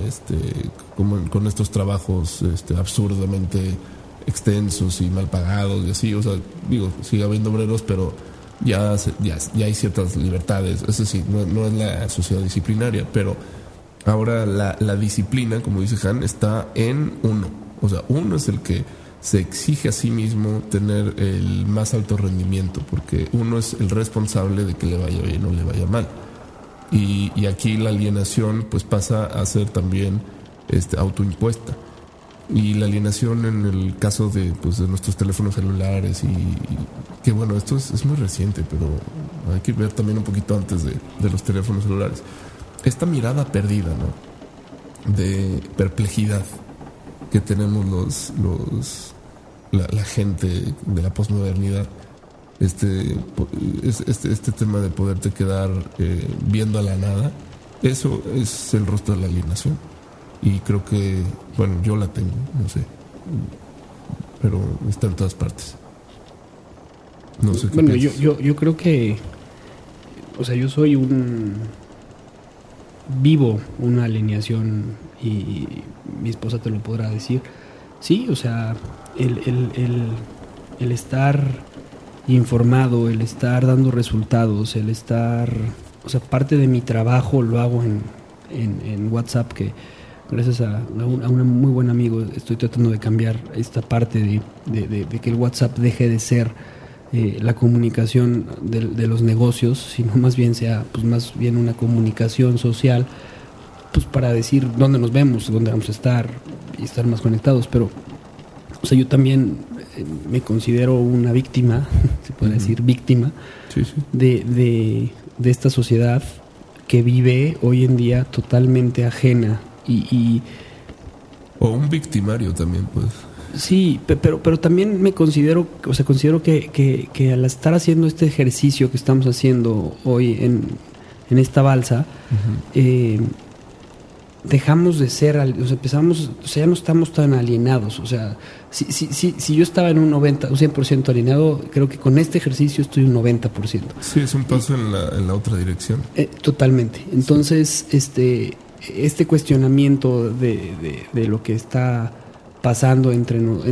[SPEAKER 2] como con estos trabajos absurdamente extensos y mal pagados y así. O sea, digo, sigue habiendo obreros, pero ya hay ciertas libertades. Es decir, no es la sociedad disciplinaria, pero ahora la disciplina, como dice Han, está en uno. O sea, uno es el que se exige a sí mismo tener el más alto rendimiento, porque uno es el responsable de que le vaya bien o le vaya mal. Y aquí la alienación pues pasa a ser también autoimpuesta. Y la alienación en el caso de nuestros teléfonos celulares y que bueno, esto es muy reciente, pero hay que ver también un poquito antes de los teléfonos celulares. Esta mirada perdida, ¿no? De perplejidad que tenemos la gente de la posmodernidad. Este tema de poderte quedar viendo a la nada, eso es el rostro de la alienación. Y creo que, bueno, yo la tengo, no sé, pero está en todas partes. No sé qué
[SPEAKER 3] bueno,
[SPEAKER 2] piensas.
[SPEAKER 3] yo creo que, o sea, yo soy vivo una alienación y mi esposa te lo podrá decir. Sí, o sea, el estar informado, el estar dando resultados, el estar, o sea, parte de mi trabajo lo hago en WhatsApp, que gracias a un muy buen amigo estoy tratando de cambiar esta parte de que el WhatsApp deje de ser la comunicación de los negocios, sino más bien sea pues más bien una comunicación social, pues para decir dónde nos vemos, dónde vamos a estar y estar más conectados. Pero, o sea, yo también me considero una víctima, se puede decir víctima,
[SPEAKER 2] sí.
[SPEAKER 3] de esta sociedad que vive hoy en día totalmente ajena
[SPEAKER 2] o un victimario también, pues.
[SPEAKER 3] Sí, pero también me considero que al estar haciendo este ejercicio que estamos haciendo hoy en esta balsa, dejamos de ser, o sea, empezamos, o sea, ya no estamos tan alienados. O sea, si yo estaba en un 100% alienado, creo que con este ejercicio estoy un 90%.
[SPEAKER 2] Sí, es un paso en la otra dirección.
[SPEAKER 3] Totalmente. Entonces, este cuestionamiento de lo que está pasando en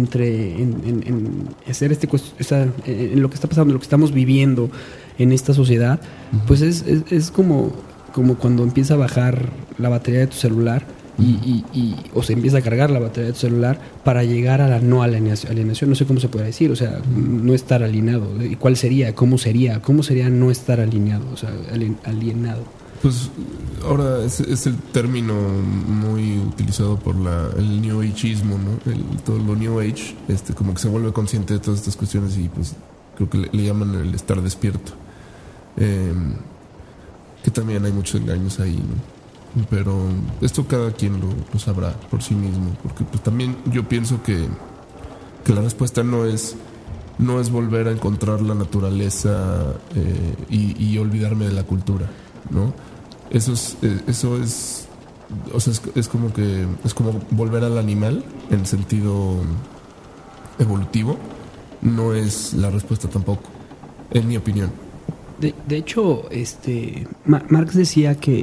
[SPEAKER 3] hacer en lo que está pasando, lo que estamos viviendo en esta sociedad, pues es como cuando empieza a bajar la batería de tu celular o se empieza a cargar la batería de tu celular para llegar a la no alienación. No sé cómo se puede decir, o sea, no estar alienado. ¿Y cuál sería? ¿Cómo sería no estar alineado? O sea, alienado.
[SPEAKER 2] Pues ahora es el término muy utilizado por el New Ageismo, ¿no? Todo lo New Age, como que se vuelve consciente de todas estas cuestiones y pues creo que le llaman el estar despierto. Que también hay muchos engaños ahí, ¿no? Pero esto cada quien lo sabrá por sí mismo, porque pues también yo pienso que la respuesta no es volver a encontrar la naturaleza y olvidarme de la cultura, ¿no? Eso es o sea, es como volver al animal en sentido evolutivo. No es la respuesta tampoco, en mi opinión.
[SPEAKER 3] De hecho, Marx decía que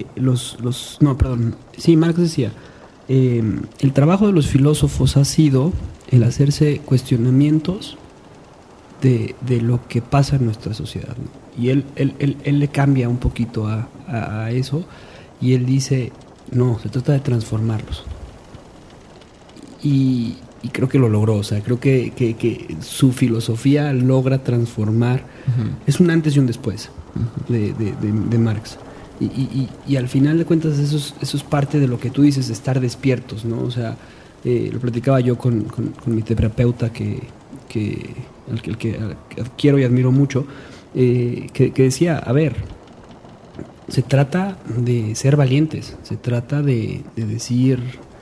[SPEAKER 3] Marx decía, el trabajo de los filósofos ha sido el hacerse cuestionamientos de lo que pasa en nuestra sociedad, ¿no? Y él le cambia un poquito a eso, y él dice, no, se trata de transformarlos. Y creo que lo logró. O sea, creo que su filosofía logra transformar. Uh-huh. Es un antes y un después de Marx. Y al final de cuentas eso es parte de lo que tú dices, de estar despiertos, ¿no? O sea, lo platicaba yo con mi terapeuta al que quiero y admiro mucho, que decía, a ver, se trata de ser valientes, se trata de decir,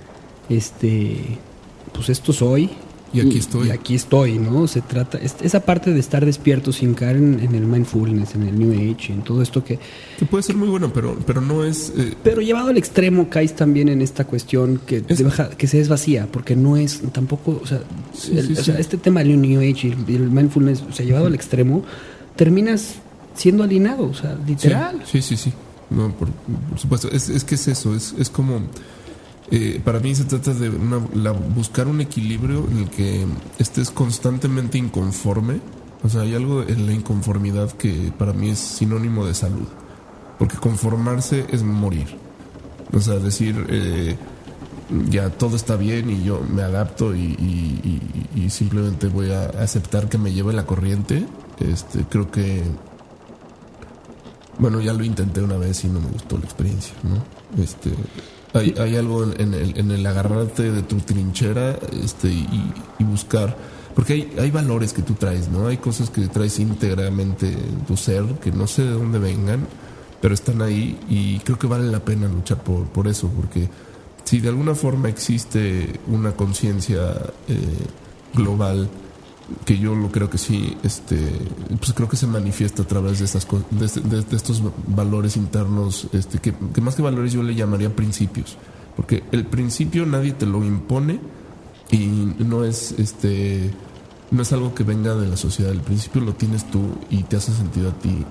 [SPEAKER 3] pues esto soy
[SPEAKER 2] y
[SPEAKER 3] aquí estoy, ¿no? Se trata esa parte de estar despierto sin caer en el mindfulness, en el New Age, en todo esto que
[SPEAKER 2] puede ser muy bueno, pero no es
[SPEAKER 3] pero llevado al extremo caes también en esta cuestión que se desvacía, porque no es tampoco, o sea, sea, este tema del New Age y el mindfulness, o sea, llevado al extremo, terminas siendo alienado, o sea, literal.
[SPEAKER 2] Sí. No, por supuesto, es que es eso, es como para mí se trata de buscar un equilibrio en el que estés constantemente inconforme. O sea, hay algo en la inconformidad que para mí es sinónimo de salud, porque conformarse es morir. O sea, decir ya todo está bien y yo me adapto y simplemente voy a aceptar que me lleve la corriente. Creo que, bueno, ya lo intenté una vez y no me gustó la experiencia, ¿no? Hay algo en el agarrarte de tu trinchera y buscar, porque hay valores que tú traes, ¿no? Hay cosas que traes íntegramente en tu ser, que no sé de dónde vengan, pero están ahí, y creo que vale la pena luchar por eso, porque si de alguna forma existe una conciencia global, que yo lo creo que sí, pues creo que se manifiesta a través de estas de estos valores internos, que más que valores yo le llamaría principios, porque el principio nadie te lo impone y no es algo que venga de la sociedad. El principio lo tienes tú y te hace sentido a ti,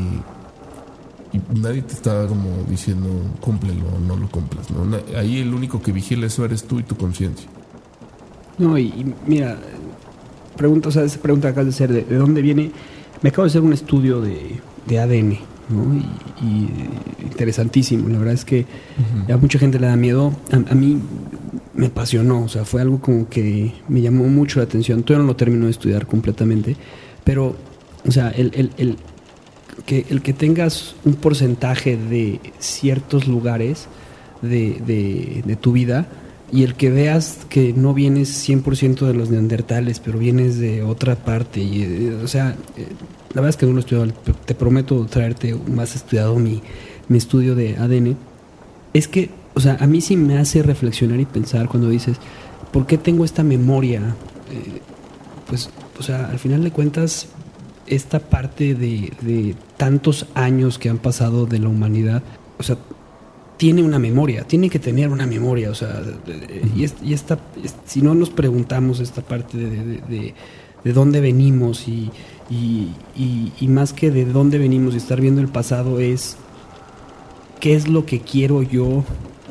[SPEAKER 2] y nadie te está como diciendo cúmplelo o no lo cumplas, ¿no? Ahí el único que vigila eso eres tú y tu conciencia.
[SPEAKER 3] No, y mira, esa pregunta que acabas de hacer, ¿de dónde viene? Me acabo de hacer un estudio de ADN, ¿no? Y interesantísimo. La verdad es que a mucha gente le da miedo. A mí me apasionó, o sea, fue algo como que me llamó mucho la atención. Todavía no lo termino de estudiar completamente, pero, o sea, el que tengas un porcentaje de ciertos lugares de tu vida, y el que veas que no vienes 100% de los neandertales, pero vienes de otra parte, o sea, la verdad es que no lo he estudiado, te prometo traerte más estudiado mi estudio de ADN. Es que, o sea, a mí sí me hace reflexionar y pensar cuando dices, ¿por qué tengo esta memoria? Pues, o sea, al final de cuentas, esta parte de tantos años que han pasado de la humanidad, o sea, tiene una memoria, tiene que tener una memoria, o sea, si no nos preguntamos esta parte de dónde venimos y más que de dónde venimos y estar viendo el pasado, es qué es lo que quiero yo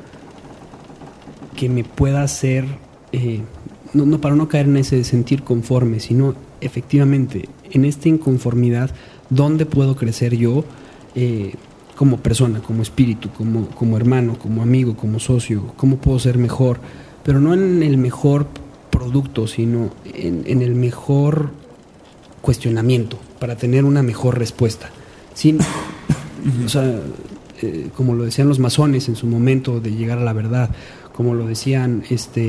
[SPEAKER 3] que me pueda hacer, no para no caer en ese sentir conforme, sino efectivamente en esta inconformidad, dónde puedo crecer yo como persona, como espíritu, como hermano, como amigo, como socio, cómo puedo ser mejor, pero no en el mejor producto, sino en el mejor cuestionamiento, para tener una mejor respuesta. Sin, o sea, como lo decían los masones en su momento de llegar a la verdad, como lo decían,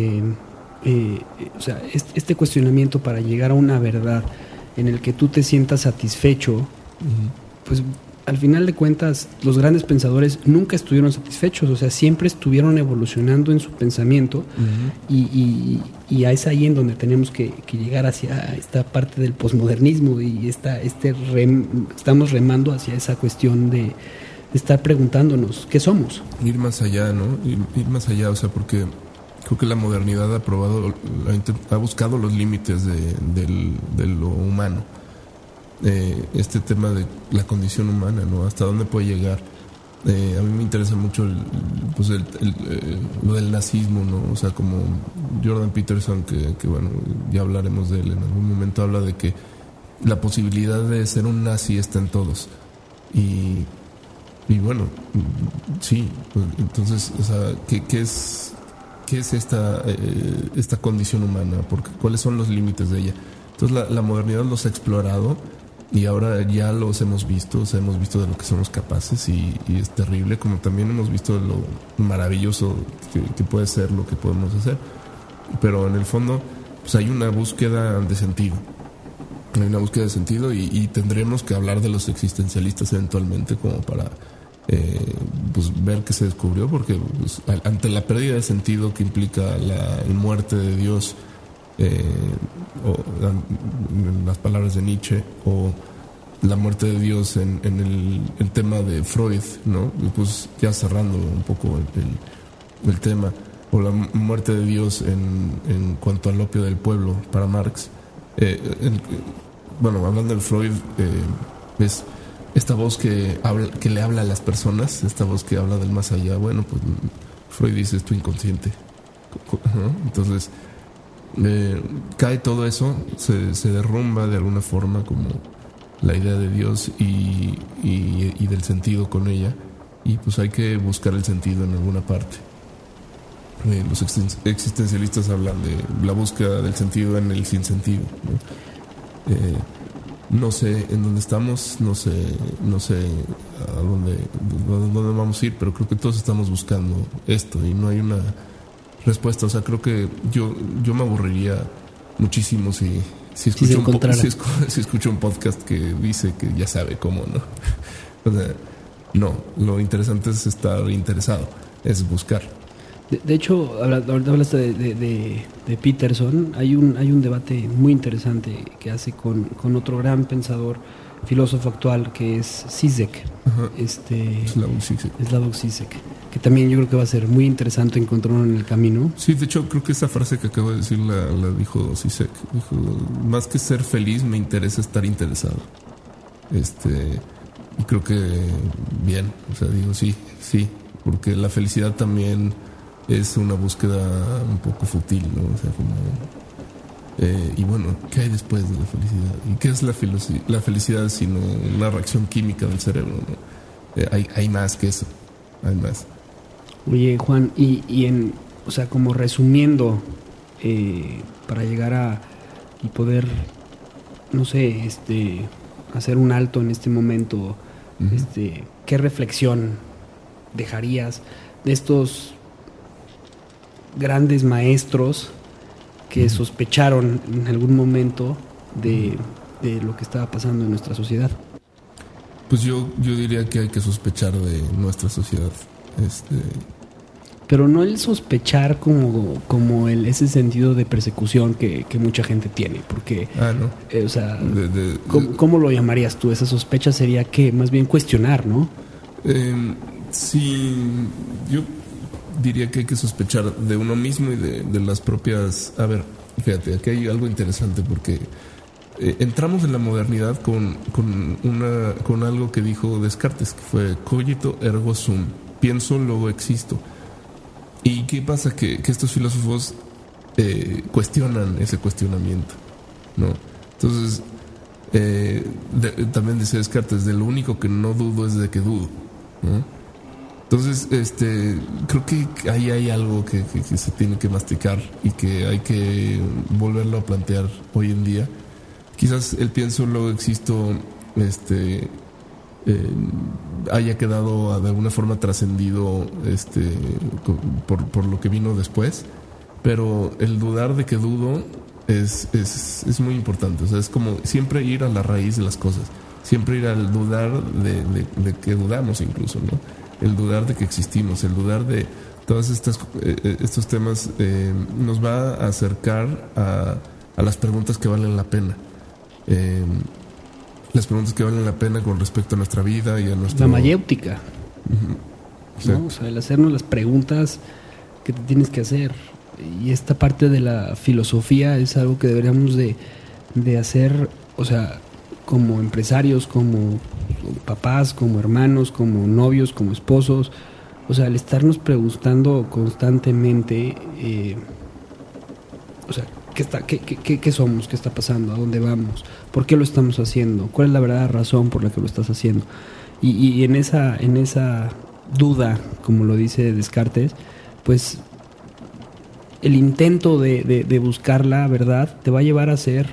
[SPEAKER 3] o sea, este cuestionamiento para llegar a una verdad en el que tú te sientas satisfecho, pues al final de cuentas los grandes pensadores nunca estuvieron satisfechos, o sea, siempre estuvieron evolucionando en su pensamiento, y es ahí en donde tenemos que llegar hacia esta parte del posmodernismo y estamos remando hacia esa cuestión de estar preguntándonos qué somos.
[SPEAKER 2] Ir más allá, ¿no? Ir más allá, o sea, porque creo que la modernidad ha buscado los límites de lo humano. Este tema de la condición humana, ¿no? Hasta dónde puede llegar. A mí me interesa mucho lo del nazismo, ¿no? O sea, como Jordan Peterson, que bueno, ya hablaremos de él en algún momento, habla de que la posibilidad de ser un nazi está en todos. Y bueno, sí, pues, entonces, o sea, ¿qué es esta condición humana? Porque ¿cuáles son los límites de ella? Entonces la modernidad los ha explorado y ahora ya los hemos visto, o sea, hemos visto de lo que somos capaces y es terrible, como también hemos visto de lo maravilloso que puede ser lo que podemos hacer. Pero en el fondo, pues hay una búsqueda de sentido. Hay una búsqueda de sentido y tendremos que hablar de los existencialistas eventualmente como para pues ver qué se descubrió, porque pues, ante la pérdida de sentido que implica la muerte de Dios, o en las palabras de Nietzsche, o la muerte de Dios en el tema de Freud, ¿no? Pues ya cerrando un poco el tema, o la muerte de Dios en cuanto al opio del pueblo para Marx. Bueno, hablando de Freud, es esta voz que le habla a las personas, esta voz que habla del más allá. Bueno, pues Freud dice es tu inconsciente, ¿no? Entonces cae todo eso, se derrumba de alguna forma como la idea de Dios y del sentido con ella, y pues hay que buscar el sentido en alguna parte. Los existencialistas hablan de la búsqueda del sentido en el sinsentido, ¿no? No sé en dónde estamos, no sé a dónde vamos a ir, pero creo que todos estamos buscando esto y no hay una respuesta. O sea, creo que yo me aburriría muchísimo si escucho un podcast que dice que ya sabe cómo, ¿no? O sea, no, lo interesante es estar interesado, es buscar.
[SPEAKER 3] De hecho, ahorita hablaste de Peterson. Hay un debate muy interesante que hace con otro gran pensador, filósofo actual, que es Zizek. Slavoj Zizek, que también yo creo que va a ser muy interesante encontrarlo en el camino.
[SPEAKER 2] Sí, de hecho creo que esa frase que acabo de decir la dijo Zizek. Dijo, más que ser feliz me interesa estar interesado. Y creo que bien, o sea, digo sí, porque la felicidad también es una búsqueda un poco fútil, ¿no? O sea, como y bueno, ¿qué hay después de la felicidad? ¿Y qué es la felicidad sino una reacción química del cerebro, ¿no? Hay más que eso, hay más.
[SPEAKER 3] Oye, Juan, o sea, como resumiendo, para llegar a y poder, no sé, hacer un alto en este momento, ¿qué reflexión dejarías de estos grandes maestros que sospecharon en algún momento de lo que estaba pasando en nuestra sociedad?
[SPEAKER 2] Pues yo diría que hay que sospechar de nuestra sociedad.
[SPEAKER 3] Pero no el sospechar como ese sentido de persecución que mucha gente tiene, porque
[SPEAKER 2] no.
[SPEAKER 3] O sea, ¿cómo lo llamarías tú? Esa sospecha sería que más bien cuestionar, ¿no?
[SPEAKER 2] Sí, yo diría que hay que sospechar de uno mismo y de las propias... A ver, fíjate, aquí hay algo interesante porque entramos en la modernidad con algo que dijo Descartes, que fue cogito ergo sum, pienso, luego existo. ¿Y qué pasa? Que estos filósofos cuestionan ese cuestionamiento, ¿no? Entonces, también dice Descartes, de lo único que no dudo es de que dudo, ¿no? Entonces, creo que ahí hay algo que se tiene que masticar y que hay que volverlo a plantear hoy en día. Quizás el pienso, luego existo, haya quedado de alguna forma trascendido por lo que vino después, pero el dudar de que dudo es muy importante. O sea, es como siempre ir a la raíz de las cosas, siempre ir al dudar de que dudamos incluso, ¿no? El dudar de que existimos, el dudar de todos estos temas nos va a acercar a las preguntas que valen la pena. Las preguntas que valen la pena con respecto a nuestra vida y a nuestra...
[SPEAKER 3] La mayéutica.
[SPEAKER 2] Uh-huh.
[SPEAKER 3] ¿No? O sea, el hacernos las preguntas que te tienes que hacer. Y esta parte de la filosofía es algo que deberíamos de hacer, o sea, como empresarios, como papás, como hermanos, como novios, como esposos. O sea, el estarnos preguntando constantemente, o sea, ¿qué somos? ¿Qué está pasando? ¿A dónde vamos? ¿Por qué lo estamos haciendo? ¿Cuál es la verdadera razón por la que lo estás haciendo? Y en esa duda, como lo dice Descartes, pues el intento de buscar la verdad te va a llevar a ser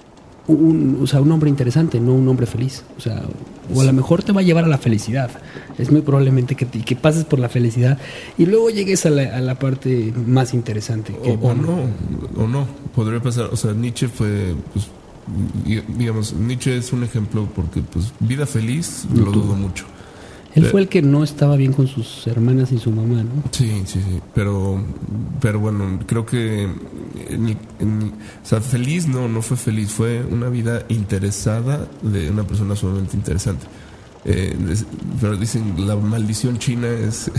[SPEAKER 3] un hombre interesante, no un hombre feliz. O sea, o a lo mejor te va a llevar a la felicidad. Es muy probablemente que pases por la felicidad y luego llegues a la parte más interesante.
[SPEAKER 2] O no. Podría pasar. O sea, Nietzsche fue, pues, digamos, Nietzsche es un ejemplo porque, pues, vida feliz lo dudo mucho.
[SPEAKER 3] Él fue el que no estaba bien con sus hermanas y su mamá, ¿no?
[SPEAKER 2] Sí. Pero bueno, creo que o sea, feliz no fue feliz, fue una vida interesada de una persona sumamente interesante. Pero dicen, la maldición china es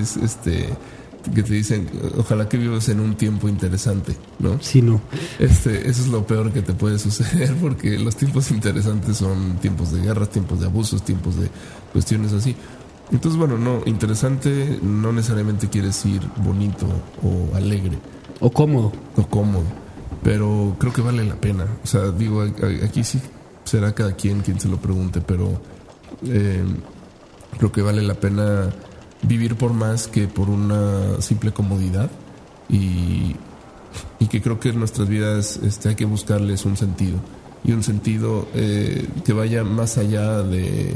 [SPEAKER 2] que te dicen, ojalá que vivas en un tiempo interesante, ¿no?
[SPEAKER 3] Sí, no.
[SPEAKER 2] Eso es lo peor que te puede suceder, porque los tiempos interesantes son tiempos de guerras, tiempos de abusos, tiempos de cuestiones así. Entonces, bueno, no, interesante no necesariamente quiere decir bonito o alegre.
[SPEAKER 3] O cómodo.
[SPEAKER 2] Pero creo que vale la pena. O sea, digo, aquí sí será cada quien se lo pregunte, pero creo que vale la pena vivir por más que por una simple comodidad y que creo que en nuestras vidas hay que buscarles un sentido y un sentido que vaya más allá de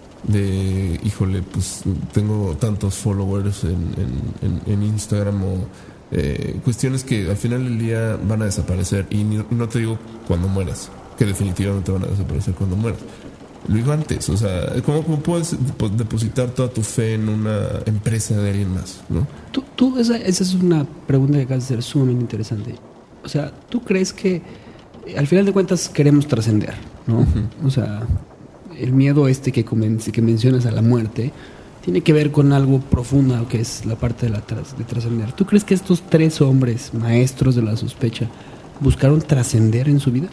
[SPEAKER 2] híjole, pues tengo tantos followers en Instagram o cuestiones que al final del día van a desaparecer y no te digo cuando mueras, que definitivamente van a desaparecer cuando mueras. Lo digo antes, o sea, ¿cómo puedes depositar toda tu fe en una empresa de alguien más, ¿no?
[SPEAKER 3] Esa es una pregunta que acabas de hacer sumamente interesante. O sea, ¿tú crees que al final de cuentas queremos trascender, ¿no? Uh-huh. O sea, el miedo que mencionas a la muerte tiene que ver con algo profundo que es la parte de trascender. ¿Tú crees que estos 3 hombres maestros de la sospecha buscaron trascender en su vida?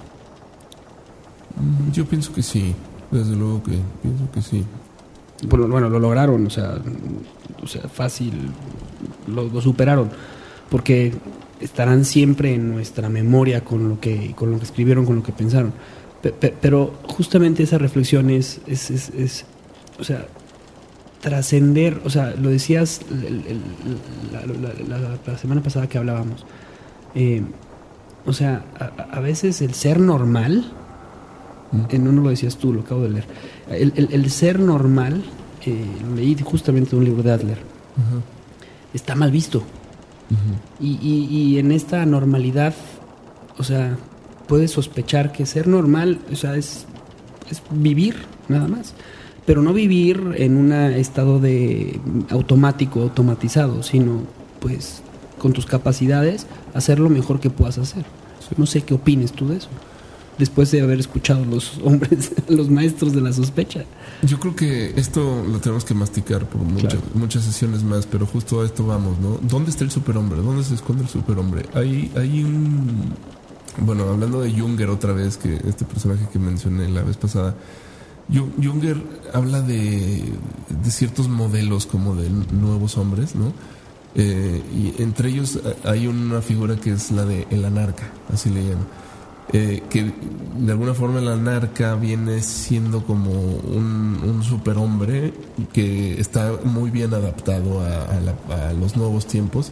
[SPEAKER 2] Yo pienso que sí. Desde luego que pienso que sí.
[SPEAKER 3] Bueno, lo lograron, o sea fácil, lo superaron, porque estarán siempre en nuestra memoria con lo que escribieron, con lo que pensaron. Pero justamente esa reflexión es o sea, trascender, o sea, lo decías la semana pasada que hablábamos. O sea, a veces el ser normal, no lo decías tú, lo acabo de leer. El ser normal, leí justamente un libro de Adler, uh-huh. Está mal visto. Uh-huh. Y en esta normalidad, o sea, puedes sospechar que ser normal, o sea, es vivir nada más, pero no vivir en un estado de automatizado, sino pues con tus capacidades hacer lo mejor que puedas hacer. Sí. No sé qué opines tú de eso. después de haber escuchado los hombres, los maestros de la sospecha.
[SPEAKER 2] Yo creo que esto lo tenemos que masticar por muchas sesiones más, pero justo a esto vamos, ¿no? ¿Dónde está el superhombre? ¿Dónde se esconde el superhombre? Hay un... Bueno, hablando de Junger otra vez, que este personaje que mencioné la vez pasada, Junger habla de ciertos modelos como de nuevos hombres, ¿no? Y entre ellos hay una figura que es la de el anarca, así le llaman. Que de alguna forma el anarca viene siendo como un superhombre que está muy bien adaptado a los nuevos tiempos.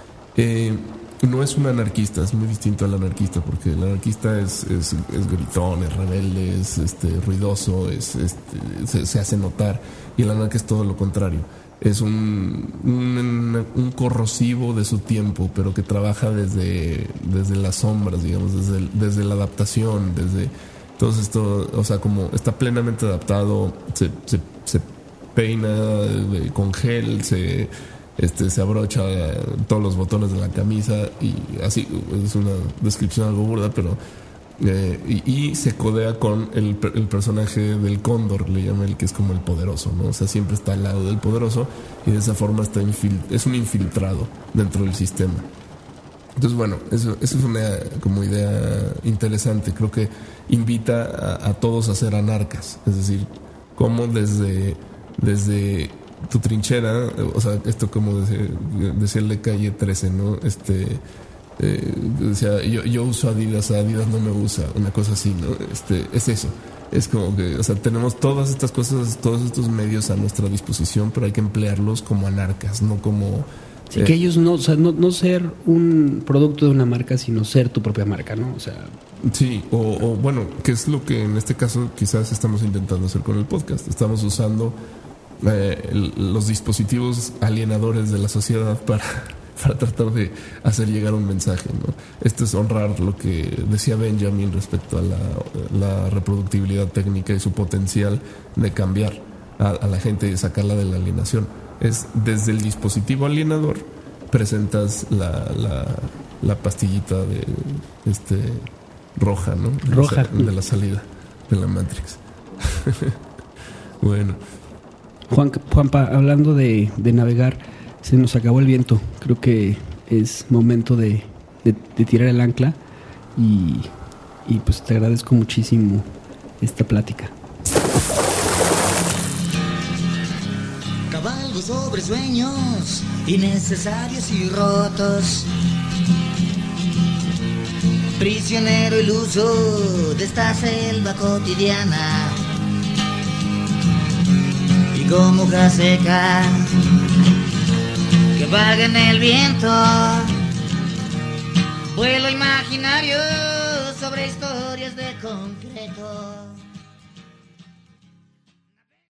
[SPEAKER 2] No es un anarquista, es muy distinto al anarquista, porque el anarquista es gritón, es rebelde, es ruidoso, se hace notar, y el anarca es todo lo contrario. Es un corrosivo de su tiempo, pero que trabaja desde las sombras, digamos, desde la adaptación, desde todo esto, o sea, como está plenamente adaptado, se peina con gel, se abrocha todos los botones de la camisa, y así, es una descripción algo burda, pero y se codea con el personaje del cóndor, le llama él, que es como el poderoso, ¿no? O sea, siempre está al lado del poderoso, y de esa forma es un infiltrado dentro del sistema. Entonces, bueno, eso es una como idea interesante. Creo que invita a todos a ser anarcas, es decir, como desde tu trinchera, o sea, esto como decía el de Calle 13, ¿no? Decía, yo uso Adidas no me usa, una cosa así, ¿no? Es eso. Es como que, o sea, tenemos todas estas cosas, todos estos medios a nuestra disposición, pero hay que emplearlos como anarcas, no como...
[SPEAKER 3] Sí, que ellos no, o sea, no ser un producto de una marca, sino ser tu propia marca, ¿no? O sea...
[SPEAKER 2] Sí, o bueno, que es lo que en este caso quizás estamos intentando hacer con el podcast. Estamos usando los dispositivos alienadores de la sociedad para tratar de hacer llegar un mensaje, ¿no? Esto es honrar lo que decía Benjamin respecto a la reproductibilidad técnica y su potencial de cambiar a la gente y sacarla de la alienación. Es desde el dispositivo alienador presentas la pastillita de roja, ¿no?
[SPEAKER 3] Roja.
[SPEAKER 2] De la salida de la Matrix. Bueno.
[SPEAKER 3] Juanpa, hablando de navegar, se nos acabó el viento. Creo que es momento de tirar el ancla y pues te agradezco muchísimo esta plática.
[SPEAKER 1] Cabalgo sobre sueños innecesarios y rotos, prisionero iluso de esta selva cotidiana, y como hoja seca que vaga en el viento, vuelo imaginario sobre historias de concreto.